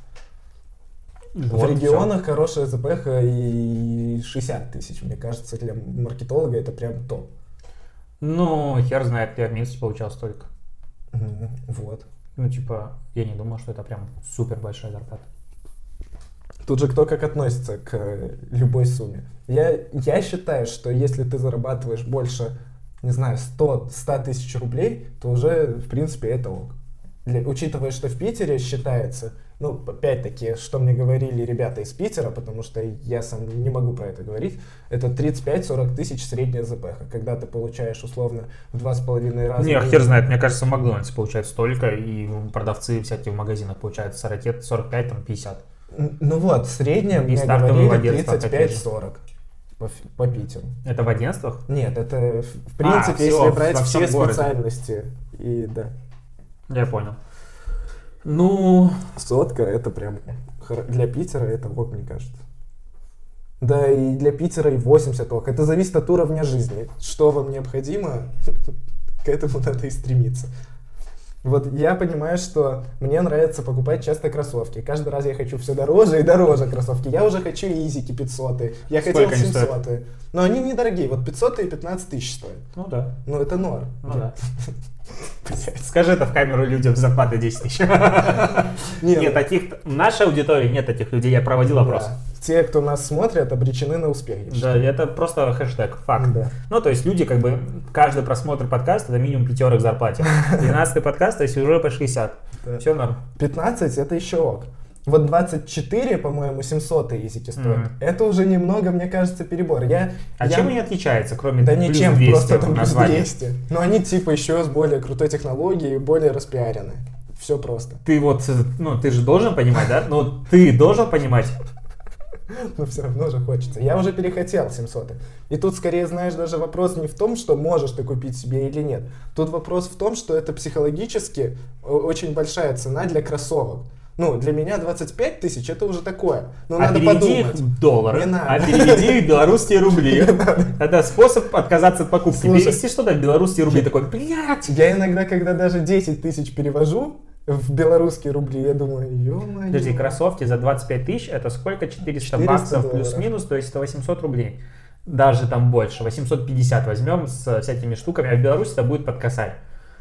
Вот, в регионах хорошая ЗПХ и шестьдесят тысяч, мне кажется, для маркетолога это прям топ. Ну, хер знает, я в Минске получал столько. Мгм. Вот. Ну, типа, я не думал, что это прям супер большая зарплата. Тут же кто как относится к э, любой сумме. Я, я считаю, что если ты зарабатываешь больше, не знаю, сто - сто тысяч рублей, то уже, в принципе, это ок. для, учитывая, что в Питере считается, ну, опять-таки, что мне говорили ребята из Питера, потому что я сам не могу про это говорить, это тридцать пять сорок тысяч средняя ЗПХ, когда ты получаешь условно в два с половиной раза. Не, хер знает, мне кажется, в Макдональдсе получают столько, и продавцы всякие в магазинах получают сорок, сорок пять, там, пятьдесят. Ну вот, средняя, мне говорили, тридцать пять сорок по, по Питеру. Это в агентствах? Нет, это в принципе, а, если брать все специальности. И да. Я понял. Ну... Сотка, это прям... Для Питера это ок, мне кажется. Да, и для Питера и восемьдесят ок. Это зависит от уровня жизни. Что вам необходимо, к этому надо и стремиться. Вот я понимаю, что мне нравится покупать часто кроссовки. Каждый раз я хочу все дороже и дороже кроссовки. Я уже хочу изики пятьсот. Я Сколько хотел семьсот. Но они недорогие. Вот пятьсот и пятнадцать тысяч стоят. Ну да. Ну это норм. Ну да. Скажи это в камеру людям, зарплата десять тысяч. Нет, таких... В нашей аудитории нет таких людей. Я проводил опрос. Те, кто нас смотрят, обречены на успех. Да, это просто хэштег, факт. Да. Ну, то есть люди, как бы, каждый просмотр подкаста, это минимум пятерок к зарплате. двенадцатый подкаст, то есть уже по шестьдесят. Да. Все норм. пятнадцать это еще ок. Вот двадцать четыре, по-моему, семьсот изики стоят. Mm-hmm. Это уже немного, мне кажется, перебор. Я, а я... чем они отличаются, кроме да плюс ничем, двести просто там плюс названия? двести. Но они типа еще с более крутой технологией и более распиарены. Все просто. Ты вот, ну, ты же должен понимать, да? Ну, ты должен понимать. Но все равно же хочется. Я уже перехотел семьсот. И тут скорее, знаешь, даже вопрос не в том, что можешь ты купить себе или нет. Тут вопрос в том, что это психологически очень большая цена для кроссовок. Ну, для меня двадцать пять тысяч это уже такое. Ну, а надо переведи подумать. их в доллары, Не надо. а переведи их в белорусские рубли. Это способ отказаться от покупки. Слушай, перевести что-то в белорусские рубли. Такой, блядь. Я иногда, когда даже десять тысяч перевожу в белорусские рубли, я думаю, ё-моё. Подожди, кроссовки за двадцать пять тысяч, это сколько? четыреста баксов плюс-минус, то есть это восемьсот рублей. Даже там больше, восемьсот пятьдесят возьмем с всякими штуками, а в Беларуси это будет под косарь.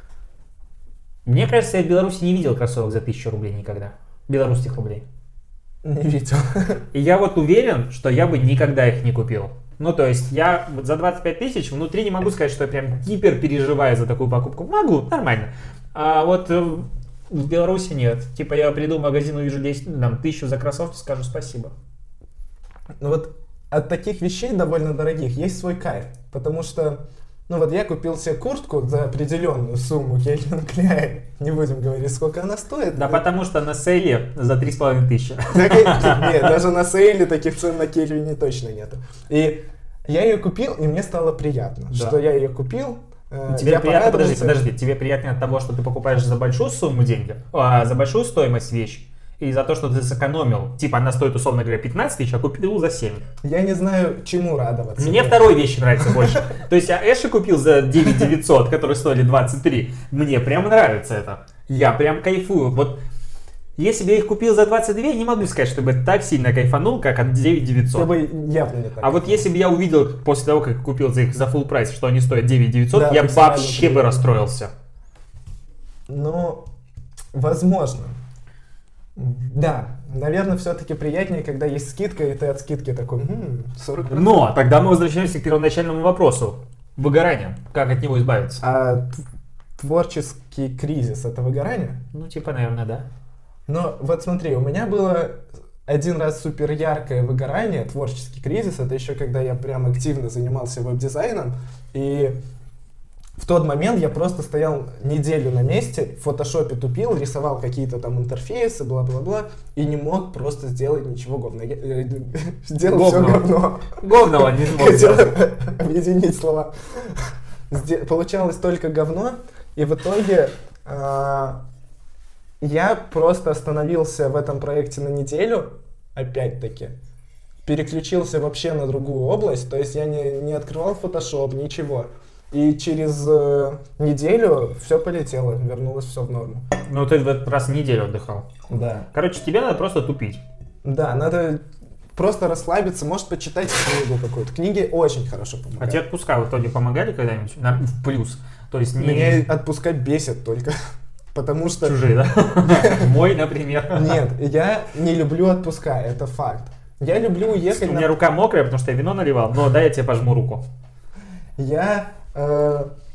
Мне кажется, я в Беларуси не видел кроссовок за тысячу рублей никогда. Белорусских рублей. Не видел. И я вот уверен, что я бы никогда их не купил. Ну, то есть я вот за двадцать пять тысяч внутри не могу сказать, что я прям гипер переживаю за такую покупку. Могу, нормально. А вот в Беларуси нет. Типа я приду в магазин, увижу десять, там, тысячу за кроссовки, скажу спасибо. Ну вот от таких вещей довольно дорогих есть свой кайф. Потому что, ну вот я купил себе куртку за определенную сумму Calvin Klein. Не будем говорить, сколько она стоит. Да, потому что на сейле за три с половиной тысячи. Нет, даже на сейле таких цен на Кельвине точно нету. И я ее купил, и мне стало приятно, что я ее купил. Тебе приятно, подожди, подожди, тебе приятно от того, что ты покупаешь за большую сумму деньги, а, за большую стоимость вещь, и за то, что ты сэкономил, типа она стоит, условно говоря, пятнадцать тысяч, а купил за семь. Я не знаю, чему радоваться. Мне второй вещи нравится больше. То есть я Эши купил за девять тысяч девятьсот, которые стоили двадцать три. Мне прям нравится это. Я прям кайфую. Вот если бы я их купил за двадцать два, не могу сказать, чтобы так сильно кайфанул, как от девять тысяч девятьсот. Я бы явно не так. А вот если бы я увидел после того, как купил за их за full прайс, что они стоят девять тысяч девятьсот, да, я вообще бы расстроился. Ну, возможно. Да, наверное, все-таки приятнее, когда есть скидка, и ты от скидки такой, м-м, сорок процентов. Но тогда мы возвращаемся к первоначальному вопросу. Выгорание. Как от него избавиться? А творческий кризис — это выгорание? Ну, типа, наверное, да. Но вот смотри, у меня было один раз супер яркое выгорание, творческий кризис. Это еще когда я прям активно занимался веб-дизайном. И в тот момент я просто стоял неделю на месте, в фотошопе тупил, рисовал какие-то там интерфейсы, бла-бла-бла, и не мог просто сделать ничего говно. Я, э, сделал все говно. Говного не смог Хотел сделать. объединить слова. Сде- Получалось только говно, и в итоге а, я просто остановился в этом проекте на неделю, опять-таки, переключился вообще на другую область, то есть я не, не открывал Photoshop, ничего. И через э, неделю все полетело, вернулось все в норму. Ну, ты в этот раз неделю отдыхал. Да. Короче, тебе надо просто тупить. Да, надо просто расслабиться, может почитать книгу какую-то. Книги очень хорошо помогают. А тебе отпуска в итоге помогали когда-нибудь? На- В плюс. То есть не... Меня отпускать бесит только, потому что... Чужие, да? Мой, например. Нет, я не люблю отпуска, это факт. Я люблю уехать У на... меня рука мокрая, потому что я вино наливал, но дай я тебе пожму руку. Я э,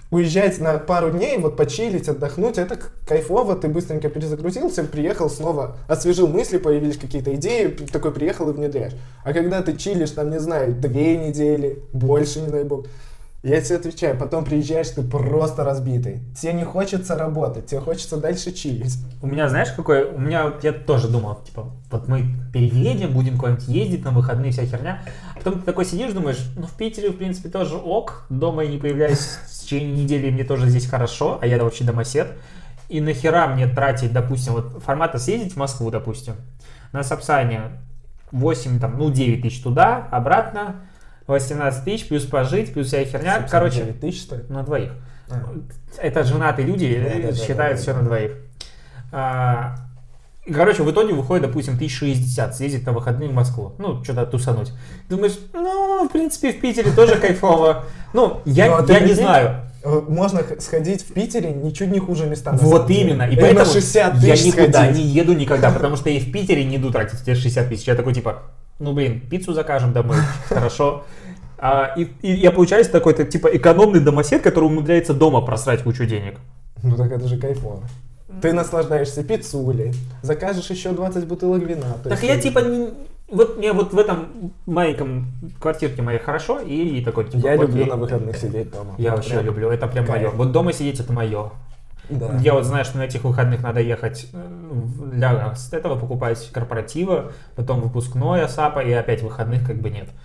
уезжать на пару дней, вот почилить, отдохнуть, это к- кайфово, ты быстренько перезагрузился, приехал снова, освежил мысли, появились какие-то идеи, такой приехал и внедряешь. А когда ты чилишь, там, не знаю, две недели, больше, не дай бог, я тебе отвечаю, потом приезжаешь, ты просто разбитый. Тебе не хочется работать, тебе хочется дальше чилить. У меня, знаешь, какой? У меня, я тоже думал, типа, вот мы переедем, будем куда-нибудь ездить на выходные, вся херня. А потом ты такой сидишь, думаешь, ну в Питере, в принципе, тоже ок. Дома я не появляюсь в течение недели, мне тоже здесь хорошо, а я вообще домосед. И нахера мне тратить, допустим, вот формата съездить в Москву, допустим, на Сапсане восемь, там, ну девять тысяч туда, обратно, восемнадцать тысяч, плюс пожить, плюс вся херня. Короче, девять тысяч, что ли? на двоих. А. Это женатые люди, Да, да, считают да, все да, на да. двоих. А, и, короче, в итоге выходит, допустим, тысяча шестьдесят съездить на выходные в Москву. Ну, что-то тусануть. Думаешь, ну, в принципе, в Питере тоже кайфово. Ну, я, Ну, а ты я не прикинь, знаю. э, Можно х- сходить в Питере ничуть не хуже места. на Вот самом деле. именно. И Или поэтому на шестьдесят я тысяч никуда сходить. не еду никогда, потому что я и в Питере не иду тратить те шестьдесят тысяч. Я такой, типа, ну, блин, пиццу закажем домой, хорошо. А, и, и я получаюсь такой, так, типа, экономный домосед, который умудряется дома просрать кучу денег. Ну так это же кайфово. Ты наслаждаешься пиццулей, закажешь еще двадцать бутылок вина. то Так есть я типа не... Вот мне вот в этом маленьком квартирке моей хорошо, и, и такой типа. Я окей. люблю на выходных сидеть дома. Я Вот вообще прям люблю, это прям кайф. мое. Вот дома сидеть это мое. Да. Я вот знаю, что на этих выходных надо ехать э, в- для с этого покупать корпоратива, потом выпускное САПа, и опять выходных как бы нет.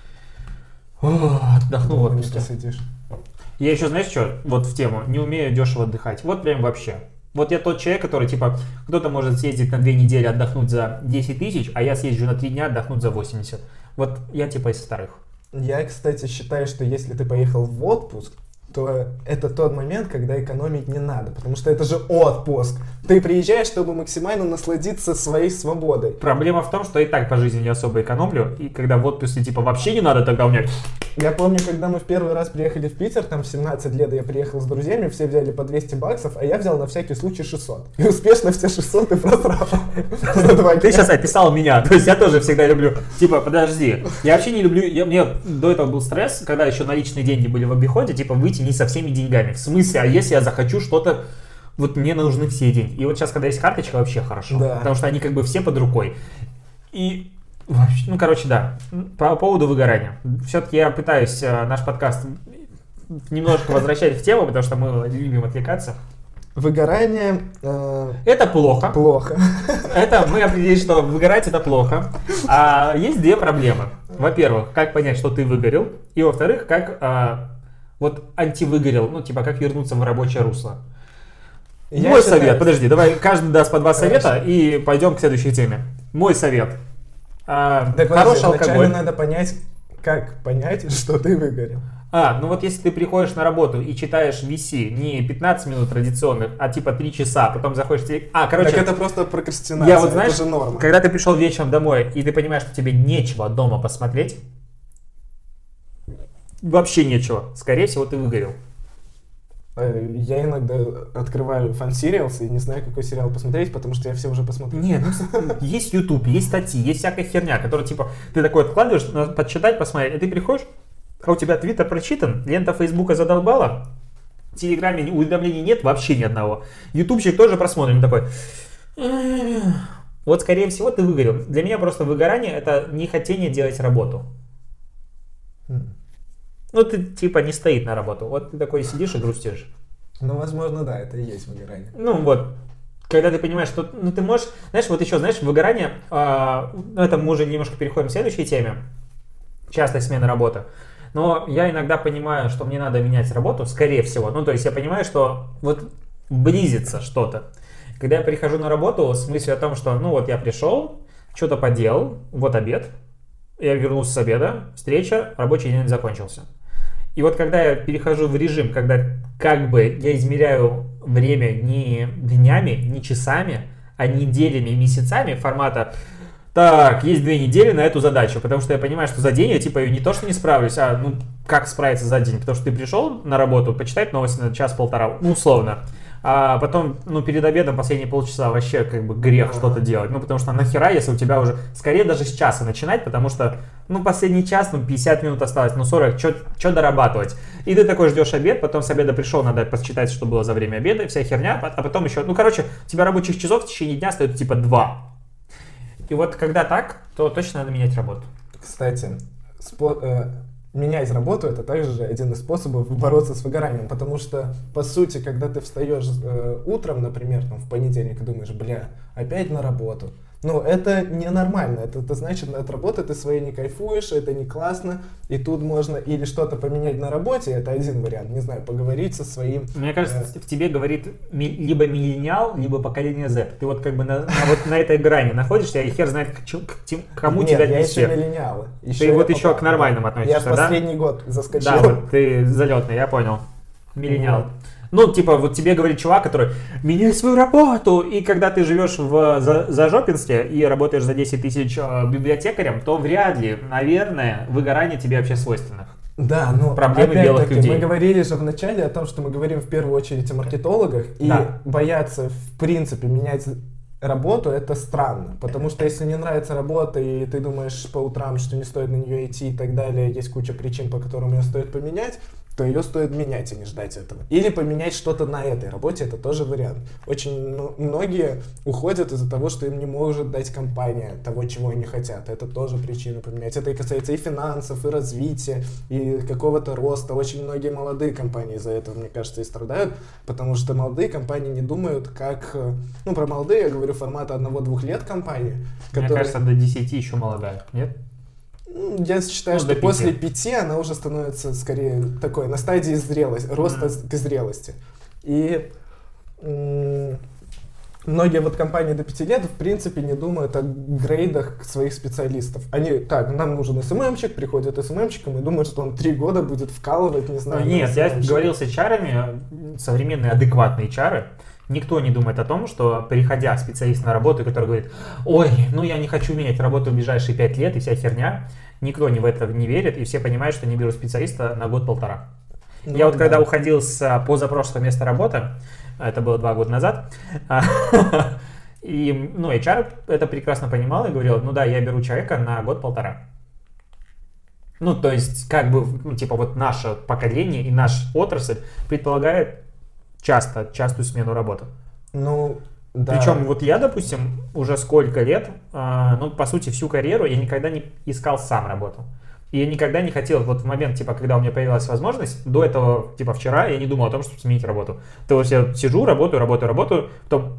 О, отдохну в Дома не отпуске. посидишь. Я еще, знаешь что, вот в тему, не умею дешево отдыхать. Вот прям вообще. Вот я тот человек, который, типа, кто-то может съездить на две недели отдохнуть за десять тысяч, а я съезжу на три дня отдохнуть за восемьдесят. Вот я типа из старых. Я, кстати, считаю, что если ты поехал в отпуск, то это тот момент, когда экономить не надо, потому что это же отпуск. Ты приезжаешь, чтобы максимально насладиться своей свободой. Проблема в том, что и так по жизни не особо экономлю, и когда в отпуске типа вообще не надо, тогда у меня... Я помню, когда мы в первый раз приехали в Питер, там в семнадцать лет я приехал с друзьями, все взяли по двести баксов, а я взял на всякий случай шестьсот. И успешно все шестьсот и просрал. За два Ты дня. сейчас описал меня, то есть я тоже всегда люблю, типа, подожди, я вообще не люблю, я, мне до этого был стресс, когда еще наличные деньги были в обиходе, типа выйти не со всеми деньгами. В смысле, а если я захочу что-то, вот мне нужны все деньги. И вот сейчас, когда есть карточка, вообще хорошо, Да. потому что они как бы все под рукой. И вообще, ну, короче, да, по поводу выгорания. Все-таки я пытаюсь э, наш подкаст немножко возвращать в тему, потому что мы любим отвлекаться. Выгорание э, Это плохо. плохо. Это мы определили, что выгорать это плохо. А есть две проблемы. Во-первых, как понять, что ты выгорел, и во-вторых, как а, вот антивыгорел, ну типа как вернуться в рабочее русло. Я Мой считаю- совет, подожди, давай каждый даст по два Хорошо. совета и пойдем к следующей теме. Мой совет. А, Так, хороший подожди, вначале алкоголь. надо понять, как понять, что ты выгорел. А, ну вот если ты приходишь на работу и читаешь ви си не пятнадцать минут традиционных, а типа три часа, потом заходишь в телек- А, короче, Так это просто прокрастинация, я вот, знаешь, это же норма. когда ты пришел вечером домой, и ты понимаешь, что тебе нечего дома посмотреть, вообще нечего, скорее всего, ты выгорел. Э, Я иногда открываю фан-сериалс и не знаю, какой сериал посмотреть, потому что я все уже посмотрел. Нет, ну, есть YouTube, есть статьи, есть всякая херня, которая, типа, ты такой откладываешь, надо почитать, посмотреть, и ты приходишь, а у тебя твиттер прочитан, лента Фейсбука задолбала, в Телеграме уведомлений нет вообще ни одного, ютубчик тоже просмотрен, такой... Вот, скорее всего, ты выгорел. Для меня просто выгорание — это нехотение делать работу. М. Ну, ты, типа, не стоит на работу. Вот ты такой сидишь и грустишь. Ну, возможно, да, это и есть выгорание. Ну, вот. Когда ты понимаешь, что ну, ты можешь... Знаешь, вот еще, знаешь, выгорание... А, ну, это мы уже немножко переходим к следующей теме. Частая смена работы. Но я иногда понимаю, что мне надо менять работу, скорее всего. Ну, то есть я понимаю, что вот близится что-то. Когда я прихожу на работу с мыслью о том, что, ну, вот я пришел, что-то поделал, вот обед, я вернулся с обеда, встреча, рабочий день закончился. И вот когда я перехожу в режим, когда как бы я измеряю время не днями, не часами, а неделями и месяцами формата так, есть две недели на эту задачу, потому что я понимаю, что за день я типа не то, что не справлюсь, а ну как справиться за день, потому что ты пришел на работу, почитать новости на час-полтора, ну условно, А потом, ну, перед обедом последние полчаса вообще как бы грех Ага. что-то делать. Ну, потому что нахера, если у тебя уже, скорее даже с часа начинать, потому что, ну, последний час, ну, пятьдесят минут осталось, ну, сорок, что дорабатывать? И ты такой ждешь обед, потом с обеда пришел, надо посчитать, что было за время обеда, вся херня, а потом еще, ну, короче, у тебя рабочих часов в течение дня стоит типа два. И вот когда так, то точно надо менять работу. Кстати, спо- э, менять работу — это также один из способов бороться с выгоранием, потому что, по сути, когда ты встаешь э, утром, например, там, в понедельник, и думаешь, бля, опять на работу, ну, это ненормально, это, это значит, от работы ты своей не кайфуешь, это не классно, и тут можно или что-то поменять на работе, это один вариант, не знаю, поговорить со своим... Мне кажется, э, в тебе говорит ми- либо миллениал, либо поколение Z. Ты вот как бы на, на вот на этой грани находишься, и хер знает, к, чему- к тем- кому Нет, тебя я отнести. еще миллениалы. Ты вот еще к нормальным Я относишься, в да? последний год заскочил. Да, вот ты залетный, я понял. Миллениал. Вот. Ну, типа, вот тебе говорит чувак, который меняй свою работу, и когда ты живешь в за, Зажопинске и работаешь за десять тысяч э, библиотекарем, то вряд ли, наверное, выгорание тебе вообще свойственно. Да, но Проблемы белых опять-таки людей. мы говорили же в начале о том, что мы говорим в первую очередь о маркетологах, и Да. бояться в принципе менять работу — это странно, потому что если не нравится работа, и ты думаешь по утрам, что не стоит на нее идти и так далее, есть куча причин, по которым ее стоит поменять, то ее стоит менять, а не ждать этого. Или поменять что-то на этой работе, это тоже вариант. Очень ну, многие уходят из-за того, что им не может дать компания того, чего они хотят. Это тоже причина поменять. Это и касается и финансов, и развития, и какого-то роста. Очень многие молодые компании из-за этого, мне кажется, и страдают, потому что молодые компании не думают, как... э, Ну, про молодые я говорю формата одного-двух лет компании, Мне которые... кажется, до десяти еще молодая, нет? Ну, я считаю, Ну, что до пяти. после пяти она уже становится скорее такой, на стадии зрелости, роста Мгм. к зрелости. И м, многие вот компании до пяти лет в принципе не думают о грейдах своих специалистов. Они, так, нам нужен эс эм эм-щик, приходит эс эм эм-щиком и думают, что он три года будет вкалывать, не знаю. Ну, нет, на я эс эм эм-щик. говорил с эйч ар-ами, современные адекватные эйч ар, никто не думает о том, что, приходя специалист на работу, который говорит, ой, ну я не хочу менять работу в ближайшие пять лет и вся херня, никто не в это не верит, и все понимают, что не берут специалиста на год-полтора. Ну, Я вот да. когда уходил с позапрошлого места работы, это было два года назад, и ну, эйч ар это прекрасно понимал и говорил, ну да, я беру человека на год-полтора. Ну, то есть, как бы, ну, типа, вот наше поколение и наш отрасль предполагает часто, частую смену работы. Ну, да. Причем вот я, допустим, уже сколько лет, а, ну, по сути, всю карьеру я никогда не искал сам работу. И я никогда не хотел, вот в момент, типа, когда у меня появилась возможность, до этого, типа, вчера я не думал о том, чтобы сменить работу. То есть я сижу, работаю, работаю, работаю, потом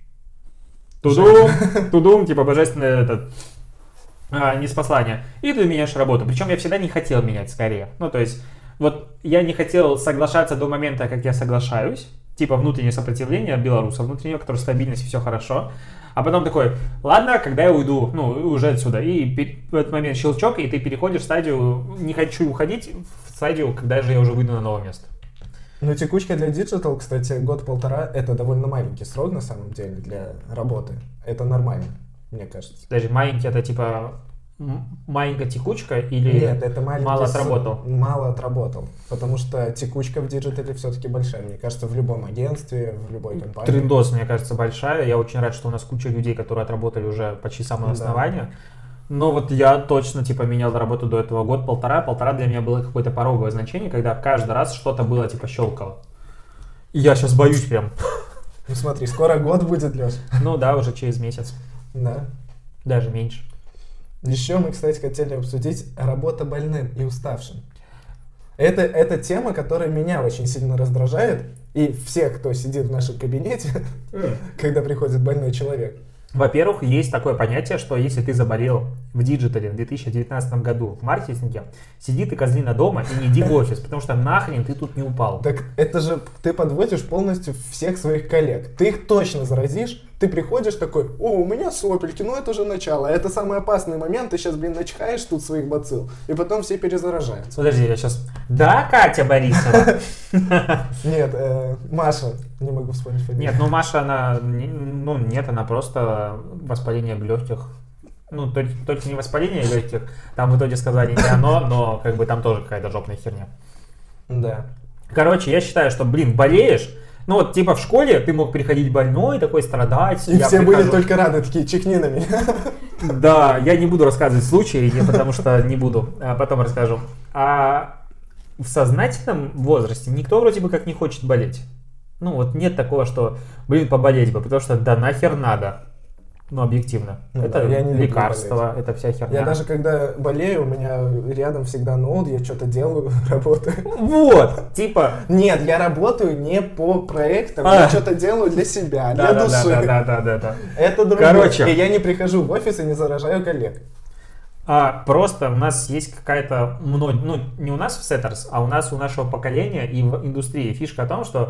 тудум, тудум, типа, божественное это, а, неспослание. И ты меняешь работу. Причем я всегда не хотел менять, скорее. Ну, то есть, вот я не хотел соглашаться до момента, как я соглашаюсь. Типа внутреннее сопротивление белоруса внутреннего, который стабильность, все хорошо. А потом такой, ладно, когда я уйду, ну, уже отсюда. И пер- в этот момент щелчок, и ты переходишь в стадию, не хочу уходить, в стадию, когда же я уже выйду на новое место. Ну, текучка для диджитал, кстати, год-полтора — это довольно маленький срок, на самом деле, для работы. Это нормально, мне кажется. Даже маленький, это типа м- маленькая текучка или Нет, это маленький мало с- отработал? Мало отработал. Потому что текучка в диджитале все-таки большая. Мне кажется, в любом агентстве, в любой компании. Трендос, мне кажется, большая. Я очень рад, что у нас куча людей, которые отработали уже почти с самого Да. основания. Но вот я точно типа менял работу до этого год-полтора. Полтора для меня было какое-то пороговое значение, когда каждый раз что-то было типа щелкало. И я сейчас боюсь прям. Ну смотри, скоро год будет, Леш. Ну да, уже через месяц. Да. Даже меньше. Еще мы, кстати, хотели обсудить работа больным и уставшим. Это, это тема, которая меня очень сильно раздражает. И всех, кто сидит в нашем кабинете, когда приходит больной человек. Во-первых, есть такое понятие, что если ты заболел в диджитале в две тысячи девятнадцатом году в маркетинге, сиди ты козлина дома и не иди в офис, потому что нахрен ты тут не упал. Так это же ты подводишь полностью всех своих коллег. Ты их точно заразишь. Ты приходишь такой, о, у меня сопельки, ну это уже начало. Это самый опасный момент, ты сейчас, блин, начхаешь тут своих бацилл. И потом все перезаражаются. Подожди, я сейчас... Да, Катя Борисова? Нет, э, Маша, не могу вспомнить фамилию. Нет, ну Маша, она... не- Ну нет, она просто воспаление легких. Ну, только, только не воспаление легких. Там в итоге сказали не оно, но как бы там тоже какая-то жопная херня. Да. Короче, я считаю, что, блин, болеешь, Ну вот, типа в школе ты мог приходить больной, такой страдать. И я все прихожу... были только рады, такие, чихни на меня. Да, я не буду рассказывать случаи, потому что не буду, а потом расскажу. А в сознательном возрасте никто вроде бы как не хочет болеть. Ну вот нет такого, что, блин, поболеть бы, потому что да нахер надо. Ну, объективно. Ну, это да, я не люблю лекарство, это вся херня. Я даже когда болею, у меня рядом всегда ноут, я что-то делаю, работаю. Вот, типа... Нет, я работаю не по проектам, А. я что-то делаю для себя, для Да, да, души. да, да, да, да, да. Это другое. Короче. И я не прихожу в офис и не заражаю коллег. А просто у нас есть какая-то, мно- ну не у нас в Setters, а у нас у нашего поколения и в индустрии фишка о том, что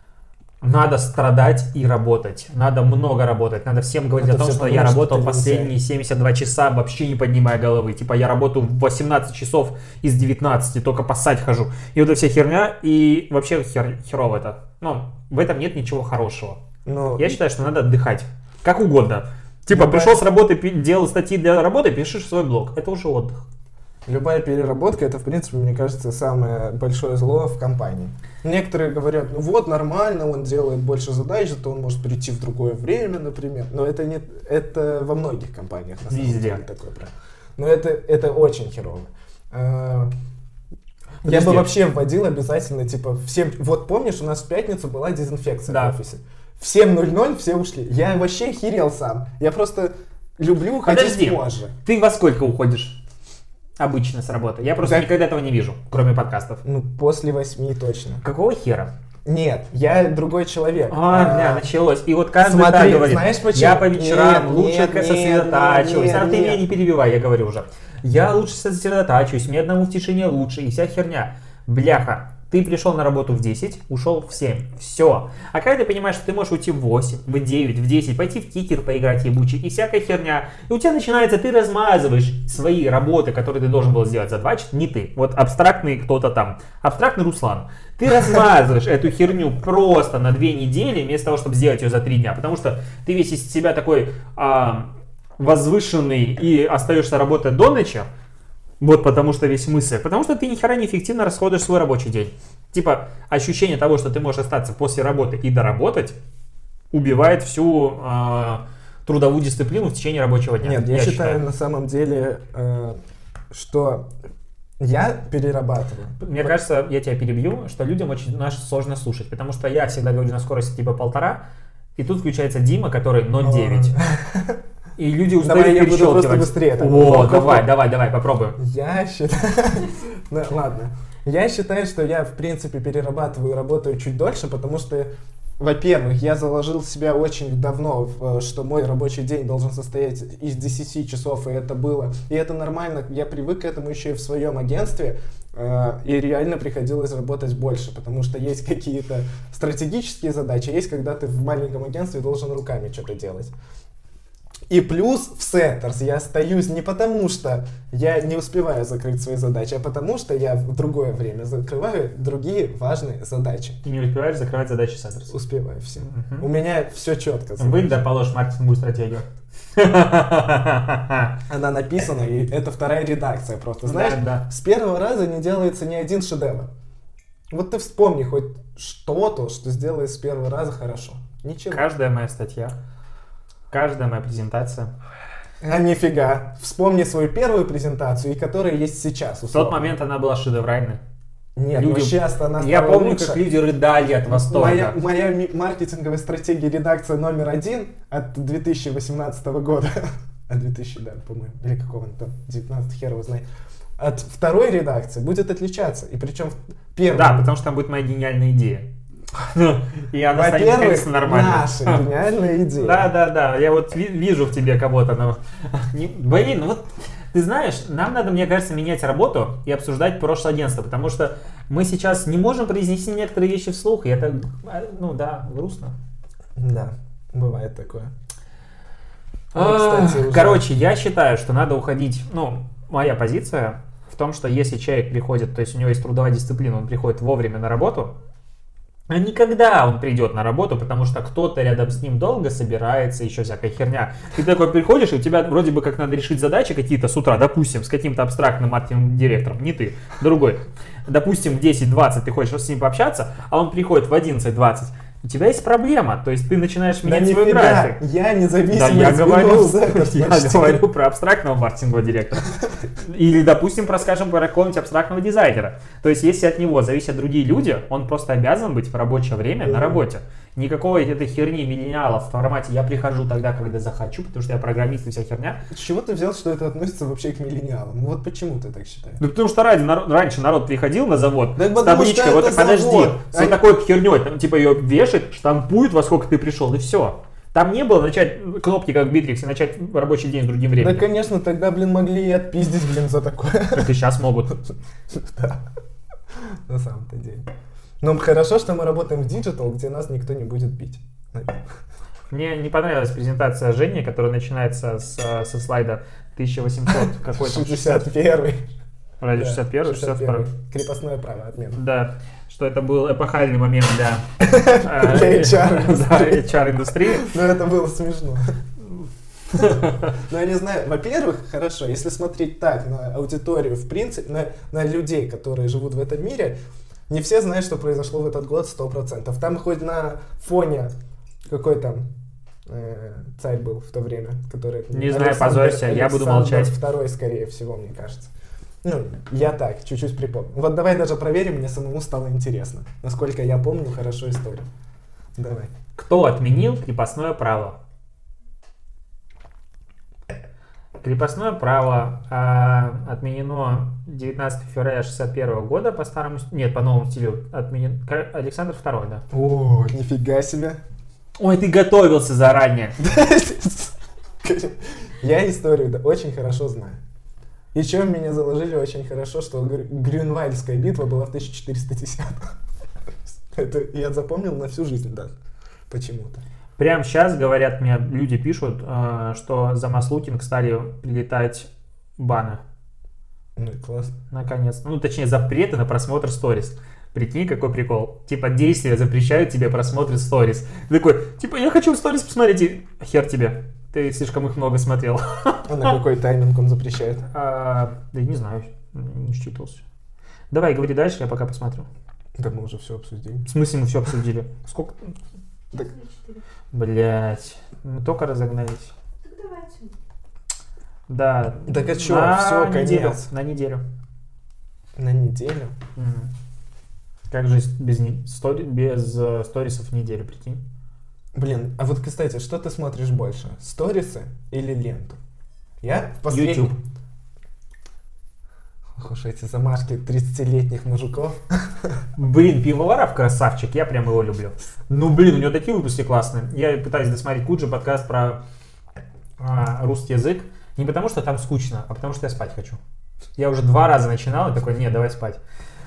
надо страдать и работать, надо много работать, надо всем говорить Это о том, все что потому, я что работал ты последние лентяй. семьдесят два часа вообще не поднимая головы, типа я работаю восемнадцать часов из девятнадцати, только поссать хожу, и вот эта вся херня, и вообще хер, херово это, ну в этом нет ничего хорошего. Но Я считаю, что надо отдыхать, как угодно. Типа, Любая- пришел с работы, пи- делал статьи для работы, пишешь свой блог. Это уже отдых. любая переработка, это, в принципе, мне кажется, самое большое зло в компании. Некоторые говорят, ну вот, нормально, он делает больше задач, зато он может прийти в другое время, например. Но это не, это во многих компаниях, на самом Везде. деле, такое правило. Но это, это очень херово. А, Я Подожди. бы вообще вводил обязательно, типа, всем... Вот помнишь, у нас в пятницу была дезинфекция Да. в офисе. В семь ноль ноль все ушли. Я вообще херел сам. Я просто люблю уходить Подожди. позже. Ты во сколько уходишь обычно с работы? Я просто Да. никогда этого не вижу, кроме подкастов. Ну, после восьми точно. Какого хера? Нет, я другой человек. А, бля, началось. И вот каждый Смотри, так говорит. знаешь почему? Я по вечерам Нет, лучше нет, как нет, сосредотачиваюсь. нет, А ты нет. меня не перебивай, я говорю уже. Я лучше сосредотачиваюсь, мне одному в тишине лучше, и вся херня. Бляха. Ты пришел на работу в десять, ушел в семь. Все. А когда ты понимаешь, что ты можешь уйти в восемь, в девять, в десять, пойти в кикер поиграть ебучий и всякая херня, и у тебя начинается, ты размазываешь свои работы, которые ты должен был сделать за два часа, не ты, вот абстрактный кто-то там, абстрактный Руслан. Ты размазываешь эту херню просто на две недели, вместо того, чтобы сделать ее за три дня, потому что ты весь из себя такой а, возвышенный и остаешься работать до ночи. Вот потому что весь мысль. Потому что ты ни хера не эффективно расходуешь свой рабочий день. Типа ощущение того, что ты можешь остаться после работы и доработать, убивает всю э, трудовую дисциплину в течение рабочего дня. Нет, я, считаю, на самом деле, э, что я перерабатываю. Мне кажется, я тебя перебью, что людям очень наш сложно слушать. Потому что я всегда говорю на скорости типа полтора, и тут включается Дима, который ноль девять. И люди устают Давай я буду перещелкивать. просто быстрее. так. О, Хоп, давай, хоп. давай, давай, попробуем. Я считаю... Ну, ладно. Я считаю, что я, в принципе, перерабатываю и работаю чуть дольше, потому что, во-первых, я заложил себя очень давно, в- что мой рабочий день должен состоять из десяти часов, и это было. И это нормально, я привык к этому еще и в своем агентстве, э, и реально приходилось работать больше, потому что есть какие-то стратегические задачи, есть когда ты в маленьком агентстве должен руками что-то делать. И плюс в Setters я остаюсь не потому, что я не успеваю закрыть свои задачи, а потому, что я в другое время закрываю другие важные задачи. Ты не успеваешь закрывать задачи Setters. Успеваю все. Мгм. У меня все четко. Вынь да положь маркетинговую стратегию. Она написана, и это вторая редакция просто. Знаешь, Да, да. с первого раза не делается ни один шедевр. Вот ты вспомни хоть что-то, что сделает с первого раза хорошо. Ничего. Каждая моя статья, каждая моя презентация. А нифига. Вспомни свою первую презентацию, и которая есть сейчас. В тот условно. момент она была шедевральной. Нет, люди- но сейчас она Я стала помню, лучше. как люди рыдали от восторга. Моя, моя ми- маркетинговая стратегия редакция номер один от две тысячи восемнадцатого года, от две тысячи, да, по-моему, или какого там, девятнадцатого, хер его знает, от второй редакции будет отличаться. И причем первая. Да, потому что там будет моя гениальная идея. И она станет Во-первых, наконец-то нормальной. наша гениальная идея. Да, да, да. Я вот ви- вижу в тебе кого-то. но- Не- Блин, ну вот ты знаешь, нам надо, мне кажется, менять работу и обсуждать прошлое агентство, потому что мы сейчас не можем произнести некоторые вещи вслух, и это, а, ну да, грустно. Да, бывает такое. Ну, А, кстати, уже- Короче, я считаю, что надо уходить, ну, моя позиция в том, что если человек приходит, то есть у него есть трудовая дисциплина, он приходит вовремя на работу, а никогда он придет на работу, потому что кто-то рядом с ним долго собирается, еще всякая херня. Ты такой приходишь, и у тебя вроде бы как надо решить задачи какие-то с утра, допустим, с каким-то абстрактным маркетинговым директором, не ты, другой. Допустим, в десять двадцать ты хочешь с ним пообщаться, а он приходит в одиннадцать двадцать. У тебя есть проблема, то есть ты начинаешь Да менять свой нифига, график. я независимый Да, я говорю, Зекерс я почти. говорю про абстрактного маркетингового директора. Или, допустим, про, скажем, про какого-нибудь абстрактного дизайнера. То есть, если от него зависят другие люди, он просто обязан быть в рабочее время на работе. Никакой этой херни миллениалов в формате «я прихожу тогда, когда захочу, потому что я программист и вся херня». С чего ты взял, что это относится вообще к миллениалам? Ну вот почему ты так считаешь? Ну, потому что ради, народ, раньше народ приходил на завод Так с потому табличкой, что вот это подожди, завод. с Они- вот такой вот херней, там, типа ее вешают, штампуют, во сколько ты пришел, и все. Там не было начать кнопки, как в Битриксе, начать рабочий день с другим Да, временем. конечно, тогда, блин, могли и отпиздить, блин, за такое. Как и сейчас могут. Да, на самом-то деле. Но хорошо, что мы работаем в Digital, где нас никто не будет бить. Мне не понравилась презентация Жени, которая начинается с, со слайда тысяча восемьсот какой-то. шестьдесят первый. Ради шестьдесят первый, шестьдесят второй. Крепостное право, отмена. Да, что это был эпохальный момент для, э, Для эйч ар-индустрии. да, эйч ар-индустрии. Ну, это было смешно. Ну, я не знаю, во-первых, хорошо, если смотреть так на аудиторию, в принципе, на, на людей, которые живут в этом мире, не все знают, что произошло в этот год сто процентов. Там хоть на фоне какой там э, царь был в то время, который... Не знаю, позорься, я буду молчать. Второй, скорее всего, мне кажется. Ну, я так, чуть-чуть припомню. Вот давай даже проверим, мне самому стало интересно, насколько я помню хорошо историю. Давай. Кто отменил крепостное право? Крепостное право а, отменено девятнадцатого февраля шестьдесят первого года по старому... Нет, по новому стилю. Отменен... Александр второй, да. О, нифига себе. Ой, ты готовился заранее. Я историю да, очень хорошо знаю. Еще в меня заложили очень хорошо, что Грю- Грюнвальдская битва была в тысяча четыреста десятом. Это я запомнил на всю жизнь даже. Почему-то. Прямо сейчас, говорят мне, люди пишут, э, что за масс-лутинг стали прилетать баны. Ну и классно. Наконец-то. Ну, точнее, запреты на просмотр сторис. Прикинь, какой прикол. Типа, действия запрещают тебе просмотр сторис. Ты такой, типа, я хочу сторис посмотреть, и хер тебе. Ты слишком их много смотрел. А на какой тайминг он запрещает? А, да не знаю, не считался. Давай, говори дальше, я пока посмотрю. Да мы уже все обсудили. В смысле мы все обсудили? Сколько? Так, Блять, мы только разогнались. Так давайте. Да. Так а чё, на всё, неделю, конец. на неделю. на неделю? Мгм. Как же без, не- стори- без э, сторисов неделю, прикинь? Блин, а вот, кстати, что ты смотришь больше? Сторисы или ленту? Я в последний... YouTube. Ох уж эти замашки тридцатилетних мужиков. Блин, Пивоваров красавчик, я прям его люблю. Ну, блин, у него такие выпуски классные. Я пытаюсь досмотреть Куджи подкаст про а, русский язык. Не потому, что там скучно, а потому, что я спать хочу. Я уже два раза начинал и такой, нет, давай спать.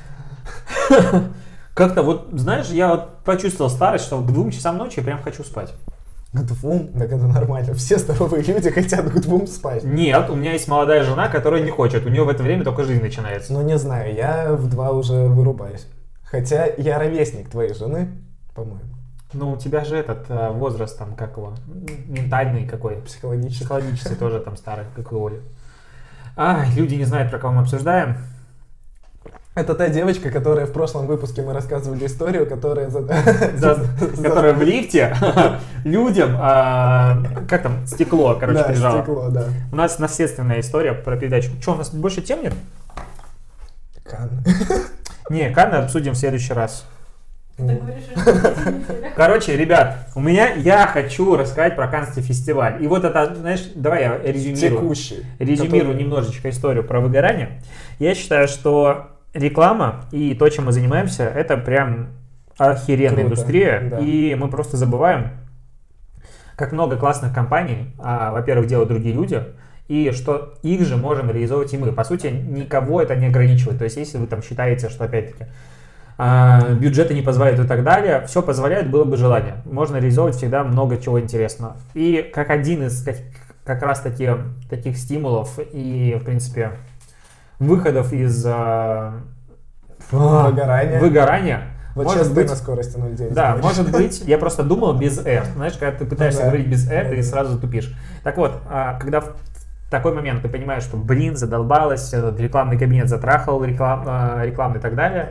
Как-то вот, знаешь, я вот почувствовал старость, что к двум часам ночи я прям хочу спать. К двум? Так это нормально. Все здоровые люди хотят к двум спать. Нет, у меня есть молодая жена, которая не хочет. У нее в это время только жизнь начинается. Ну, не знаю, я в два уже вырубаюсь. Хотя я ровесник твоей жены, по-моему. Ну, у тебя же этот э, возраст там, как его, ментальный какой. Психологически. Психологически тоже там старый, как и Оля. А, люди не знают, про кого мы обсуждаем. Это та девочка, которая в прошлом выпуске мы рассказывали историю, которая... за- За- Которая в лифте людям, а, как там, стекло, короче, Да, прижала. стекло, да. У нас наследственная история про передачу. Что, у нас больше тем нет? Канны. Не, Канны обсудим в следующий раз. Ты так говоришь, что это неделя. Короче, ребят, у меня, я хочу рассказать про Каннский фестиваль. И вот это, знаешь, давай я резюмирую. Текущий. Резюмирую Который- немножечко историю про выгорание. Я считаю, что реклама и то, чем мы занимаемся, это прям охеренная Круто, индустрия. да. И мы просто забываем, как много классных компаний, а, во-первых, делают другие люди, и что их же можем реализовывать и мы. По сути, никого это не ограничивает. То есть, если вы там считаете, что, опять-таки, а, бюджеты не позволяют и так далее, все позволяет, было бы желание. Можно реализовывать всегда много чего интересного. И как один из как, как раз таки таких стимулов и, в принципе, выходов из а, Выгорание. выгорания, Вот может сейчас быть, ты на скорости ноль девять. да, говоришь. может быть, я просто думал без «э». Знаешь, когда ты пытаешься Ну да. говорить без «э», Да, ты да. сразу тупишь. Так вот, а, когда в такой момент ты понимаешь, что, блин, задолбалась, этот рекламный кабинет затрахал, реклам, а, рекламный и так далее,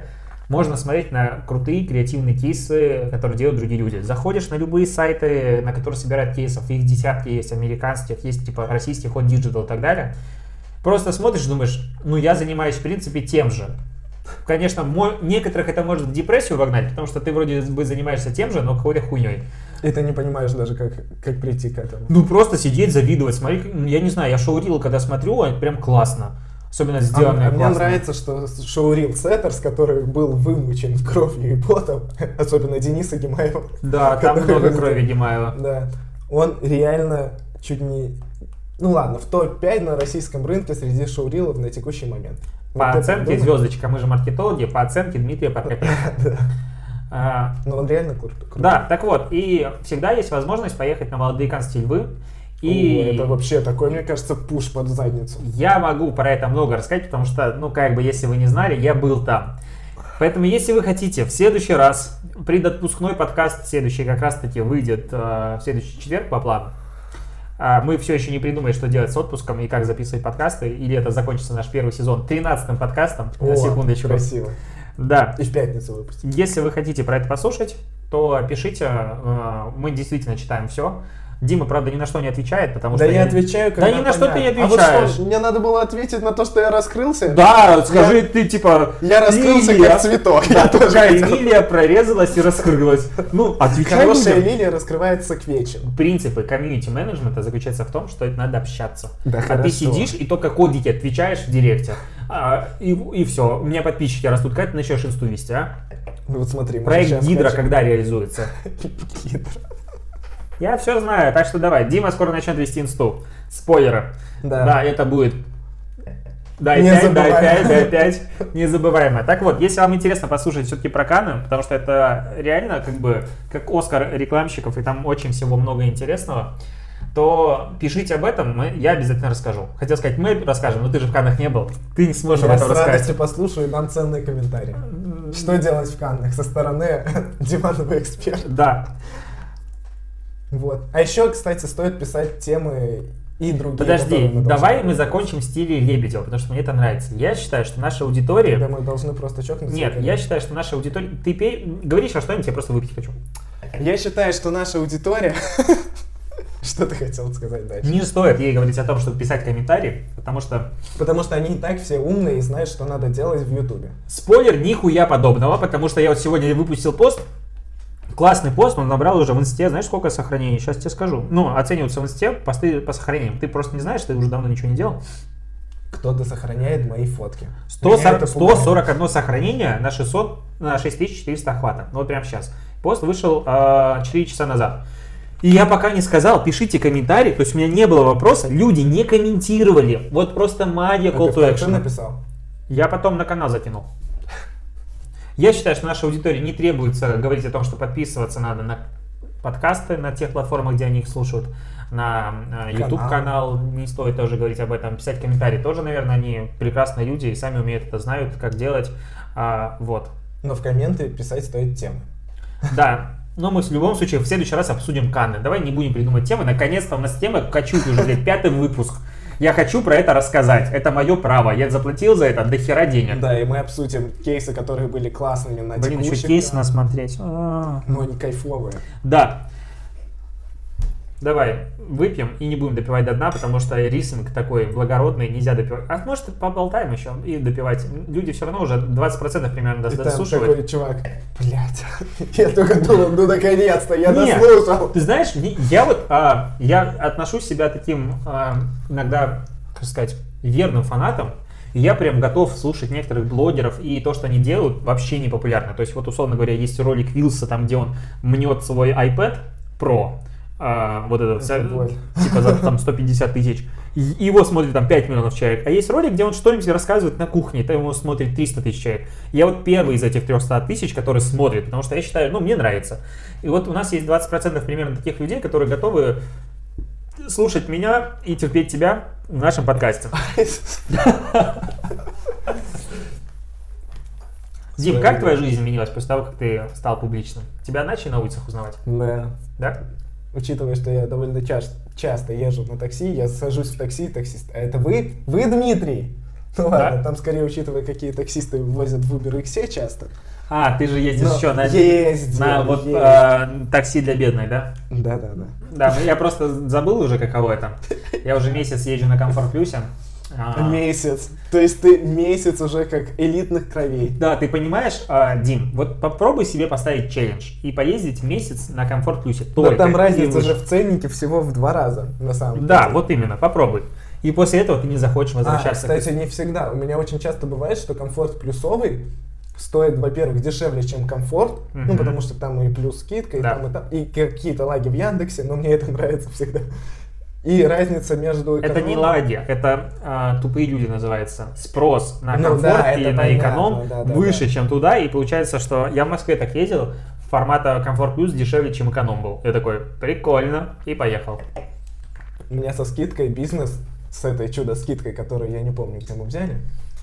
Можно смотреть на крутые креативные кейсы, которые делают другие люди. Заходишь на любые сайты, на которые собирают кейсов, их десятки есть, американских, есть типа российских, Hot Digital и так далее. Просто смотришь и думаешь, ну я занимаюсь в принципе тем же. Конечно, мо- некоторых это может в депрессию вогнать, потому что ты вроде бы занимаешься тем же, но какой-то хуйней. И ты не понимаешь даже, как, как прийти к этому. Ну просто сидеть, завидовать, смотри, я не знаю, я шоу-рил, когда смотрю, это прям классно. Особенно сделанное а, а мне классно. нравится, что шоу-рил Сеттерс, который был вымучен кровью и потом, особенно Дениса Гимаева. Да, там много крови Гимаева. Да, он реально чуть не... Ну ладно, в топ пять на российском рынке среди шоу-рилов на текущий момент. По Вот оценке, звездочка, мы же маркетологи, по оценке Дмитрия Подкопенко. А, Но он реально крут. Да, так вот, и всегда есть возможность поехать на Владыканские львы. И О, это вообще такой, мне кажется, пуш под задницу. Я могу про это много рассказать, потому что, ну, как бы, если вы не знали, я был там. Поэтому, если вы хотите, в следующий раз, предотпускной подкаст следующий как раз-таки выйдет э, в следующий четверг по плану. А мы все еще не придумали, что делать с отпуском и как записывать подкасты, или это закончится наш первый сезон тринадцатым подкастом, О, на секундочку. красиво. Да. И в пятницу выпустим. Если вы хотите про это послушать, то пишите, э, мы действительно читаем все. Дима, правда, ни на что не отвечает, потому Да что... я отвечаю, когда Да ни на что ты не понятно. отвечаешь. А вот что, мне надо было ответить на то, что я раскрылся? Да, скажи, ты типа... Я раскрылся лилия. как цветок. Да, Я тоже такая хотел. лилия прорезалась и раскрылась. Ну, отвечай Хорошая людям. лилия раскрывается к вечеру. Принципы комьюнити-менеджмента заключаются в том, что это надо общаться. Да, а хорошо. ты сидишь и только кодики отвечаешь в директе. А, и, и все. У меня подписчики растут. Как ты начнешь инсту вести, а? Ну вот смотри. мы Проект сейчас Гидра скачем. когда реализуется? Гидра. Я все знаю, так что давай. Дима скоро начнет вести инсту. Спойлеры. Да. Да, это будет... Дай Не пять, дай забываем. пять, дай пять. Незабываемо. Так вот, если вам интересно послушать все-таки про Канны, потому что это реально как бы как Оскар рекламщиков, и там очень всего много интересного, то пишите об этом, мы, я обязательно расскажу. Хотел сказать, мы расскажем, но ты же в Каннах не был, ты не сможешь об Я этом с радостью рассказать. послушаю и дам ценные комментарии. Что делать в Каннах со стороны диванного эксперта. Да. Вот. А еще, кстати, стоит писать темы и другие. Подожди, которые мы давай должны- мы закончим в стиле Лебедева, потому что мне это нравится. Я считаю, что наша аудитория... Когда мы должны просто чокнуться. Нет, я считаю, что наша аудитория... Ты пей... говори сейчас что-нибудь, я просто выпить хочу. Я считаю, что наша аудитория... Что ты хотел сказать дальше? Не стоит ей говорить о том, чтобы писать комментарии, потому что... Потому что они и так все умные и знают, что надо делать в Ютубе. Спойлер, нихуя подобного, потому что я вот сегодня выпустил пост, классный пост, он набрал уже в инсте, знаешь, сколько сохранений? Сейчас тебе скажу. Ну, оцениваются в инсте посты по сохранениям. Ты просто не знаешь, ты уже давно ничего не делал. Кто-то сохраняет мои фотки. сто Меня сорок, это сто пугает. сорок одно сохранение на шестьсот, на шесть тысяч четыреста охвата. Ну, вот прямо сейчас. Пост вышел э, четыре часа назад. И я пока не сказал, пишите комментарии, то есть у меня не было вопроса, люди не комментировали. Вот просто магия А ты call в to конце action. написал? Я потом на канал закинул. Я считаю, что нашей аудитории не требуется говорить о том, что подписываться надо на подкасты, на тех платформах, где они их слушают, на э, YouTube-канал, не стоит тоже говорить об этом, писать комментарии тоже, наверное, они прекрасные люди и сами умеют это, знают, как делать, а, вот. Но в комменты писать стоит темы. Да, но мы в любом случае в следующий раз обсудим Канны. Давай не будем придумать темы, наконец-то у нас тема качут уже, блядь, пятый выпуск. Я хочу про это рассказать, это мое право, я заплатил за это до хера денег. Да, и мы обсудим кейсы, которые были классными на Блин, еще текущих. кейсы насмотреть. А. Но они кайфовые. Да. Давай выпьем и не будем допивать до дна, потому что рислинг такой благородный, нельзя допивать. А может поболтаем еще и допивать. Люди все равно уже двадцать процентов примерно И там дослушивают. такой чувак, блядь, я только думал, ну наконец-то, я Нет, дослушал. Ты знаешь, не- я вот а, я отношу себя таким а, иногда, как сказать, верным фанатом. И я прям готов слушать некоторых блогеров, и то, что они делают, вообще не популярно. То есть, вот, условно говоря, есть ролик Вилса, там, где он мнет свой iPad Pro, а, вот этот, вся- боль. типа за там, сто пятьдесят тысяч, и его смотрит там пять миллионов человек. А есть ролик, где он что-нибудь рассказывает на кухне, и там его смотрит триста тысяч человек. Я вот первый из этих трехсот тысяч, который смотрит, потому что я считаю, ну, мне нравится. И вот у нас есть двадцать процентов примерно таких людей, которые готовы слушать меня и терпеть тебя в нашем подкасте. Дим, как твоя жизнь изменилась после того, как ты стал публичным? Тебя начали на улицах узнавать? Да. Да? Учитывая, что я довольно ча- часто езжу на такси, я сажусь в такси, таксист, а это вы? Вы, Дмитрий? Ну ладно, Да? там скорее учитывая, какие таксисты возят в Uber X все А, ты же ездишь Но еще на, ездил, на вот ездил. а, такси для бедной, да? Да-да-да. Да, ну я просто забыл уже, каково это. Я уже месяц езжу на Комфорт Плюсе. А, Месяц. То есть ты месяц уже как элитных кровей. Да, ты понимаешь, а, Дим, вот попробуй себе поставить челлендж и поездить месяц на Комфорт Плюсе. Но Только там и разница выше. же в ценнике всего в два раза, на самом деле. Да, вот именно, попробуй. И после этого ты не захочешь А, возвращаться. кстати, не всегда. У меня очень часто бывает, что комфорт плюсовый стоит, во-первых, дешевле, чем комфорт, ну, Мгм. потому что там и плюс скидка, и Да. там, и там, и какие-то лаги в Яндексе, но мне это нравится всегда. И разница между Это не экономом- лаги, это а, тупые люди называется. Спрос на Ну комфорт да, и это на понятно, эконом да, да, выше, да. чем туда. И получается, что я в Москве так ездил, формата комфорт плюс дешевле, чем эконом был. Я такой, прикольно, и поехал. У меня со скидкой бизнес, с этой чудо-скидкой, которую я не помню, где мы взяли.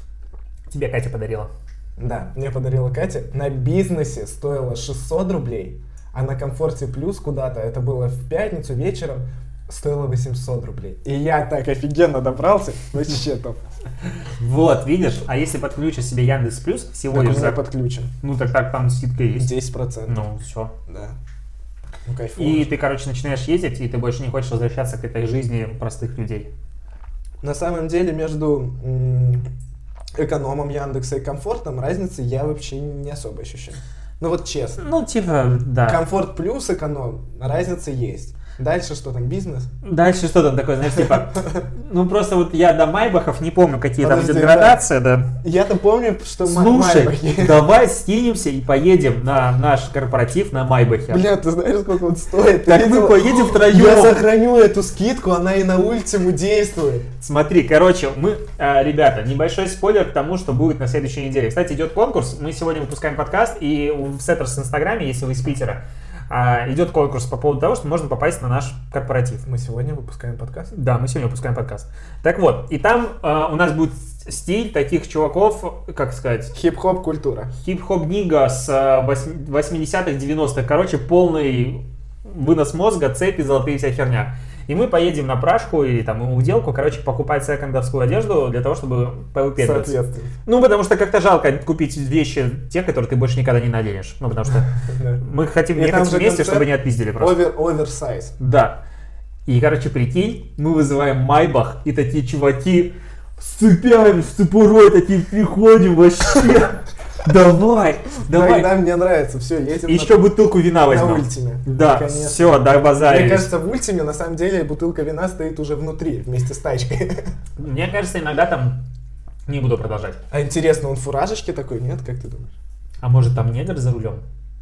Тебе Катя подарила. Да, мне подарила Катя. На бизнесе стоило шестьсот рублей, а на комфорте плюс куда-то, это было в пятницу вечером, стоило восемьсот рублей. И я так офигенно добрался, вообще топ. Вот, видишь, а если подключишь себе Яндекс Плюс, всего Так у лишь меня за... подключен. Ну так так там скидка есть. десять процентов. Ну, все. Да. Ну, кайфово. И ты, короче, начинаешь ездить, и ты больше не хочешь возвращаться к этой жизни простых людей. На самом деле между м, экономом Яндекса и комфортом разницы я вообще не особо ощущаю. Ну вот честно. Ну, типа, да. Комфорт плюс эконом, разница есть. Дальше что там, бизнес? Дальше что там такое, знаешь, типа, ну просто вот я до Майбахов не помню, какие там Подожди, идет градация, да. Я-то помню, что Ма- Слушай, Майбахи. давай скинемся и поедем на наш корпоратив на Майбахе. Бля, ты знаешь, сколько он стоит? Ты Так мы видела? поедем втроем. Я сохраню эту скидку, она и на Ультиму действует. Смотри, короче, мы, э, ребята, небольшой спойлер к тому, что будет на следующей неделе. Кстати, идет конкурс, мы сегодня выпускаем подкаст, и в Сеттерс Инстаграме, если вы из Питера, э, идет конкурс по поводу того, что можно попасть на наш корпоратив. Мы сегодня выпускаем подкаст. Да, мы сегодня выпускаем подкаст. Так вот, и там э, у нас будет стиль таких чуваков, как сказать, Хип-хоп культура. хип-хоп нига с э, восьми- восьмидесятых, девяностых, короче, полный вынос мозга, цепи, золотые вся херня. И мы поедем на Пражку и там уделку, короче, покупать секондовскую одежду для того, чтобы повыпендриваться. Соответственно. Ну, потому что как-то жалко купить вещи, те, которые ты больше никогда не наденешь. Ну, потому что Да. мы хотим И ехать там же вместе, концепт чтобы не отпиздили просто. Овер, оверсайз. Да. И, короче, прикинь, мы вызываем Майбах, и такие чуваки с цепями, с цепурой такие приходим вообще. Давай, давай. Тогда мне нравится. Все, едем И еще бутылку вина на, на возьмем. Ультиме. Да, Наконец-то. все, да, Мне базарились. кажется, в Ультиме на самом деле бутылка вина стоит уже внутри, вместе с тачкой. Мне кажется, иногда там... Не буду продолжать. А интересно, он в фуражечке такой, нет? Как ты думаешь? А может, там негр за рулем?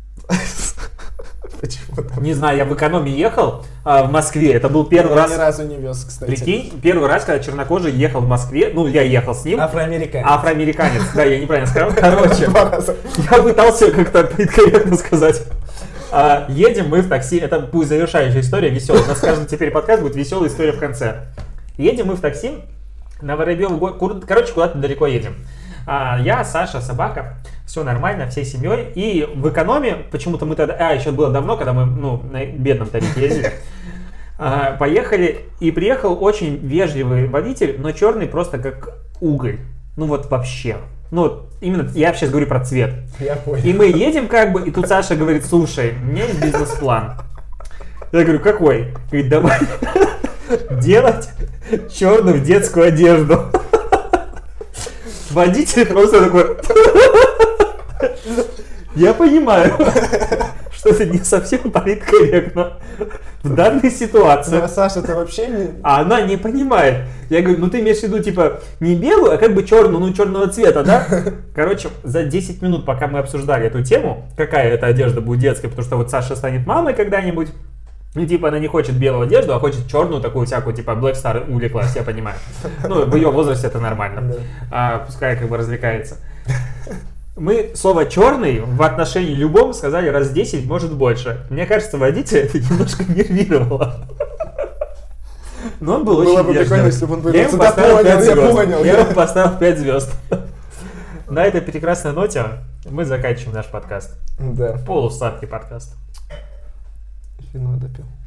Почему там? Не знаю, я в экономе ехал а, в Москве. Это был первый Я раз... ни разу не вез, кстати. Прикинь, первый раз, когда чернокожий ехал в Москве, ну, я ехал с ним. Афроамериканец. Афроамериканец, да, я неправильно сказал. Короче, Два раза. я пытался как-то корректно сказать. А, едем мы в такси, это будет завершающая история, веселая. У нас, скажем, теперь подкаст будет веселая история в конце. Едем мы в такси на Воробьев город, короче, куда-то далеко едем. А, я, Саша, собака, все нормально, всей семьей. И в экономе, почему-то мы тогда, а, еще было давно, когда мы, ну, на бедном тарифе ездили, а, поехали, и приехал очень вежливый водитель, но черный просто как уголь. Ну вот вообще. Ну вот именно, я сейчас говорю про цвет. Я понял. И мы едем как бы, и тут Саша говорит, слушай, у меня есть бизнес-план. Я говорю, какой? Говорит, давай делать черную детскую одежду. Водитель просто такой... Я понимаю, что это не совсем политкорректно в данной ситуации. Ну, а Саша, ты вообще не... А она не понимает. Я говорю, ну ты имеешь в виду, типа, не белую, а как бы черную, ну черного цвета, да? Короче, за десять минут, пока мы обсуждали эту тему, какая эта одежда будет детская, потому что вот Саша станет мамой когда-нибудь, ну, типа, она не хочет белую одежду, а хочет черную такую всякую, типа, Black Star увлеклась, я понимаю. Ну, в ее возрасте это нормально. Да. А, пускай как бы развлекается. Мы слово «черный» в отношении любом сказали раз десять, может больше. Мне кажется, водителя это немножко нервировало. Но он был Было очень бы вежливый. прикольно, если бы он Я повернулся. ему Да поставил понял, пять я звезд. понял. Я ему поставил пять звезд. На этой прекрасной ноте мы заканчиваем наш подкаст. Да. Полусладкий подкаст. Вино допил.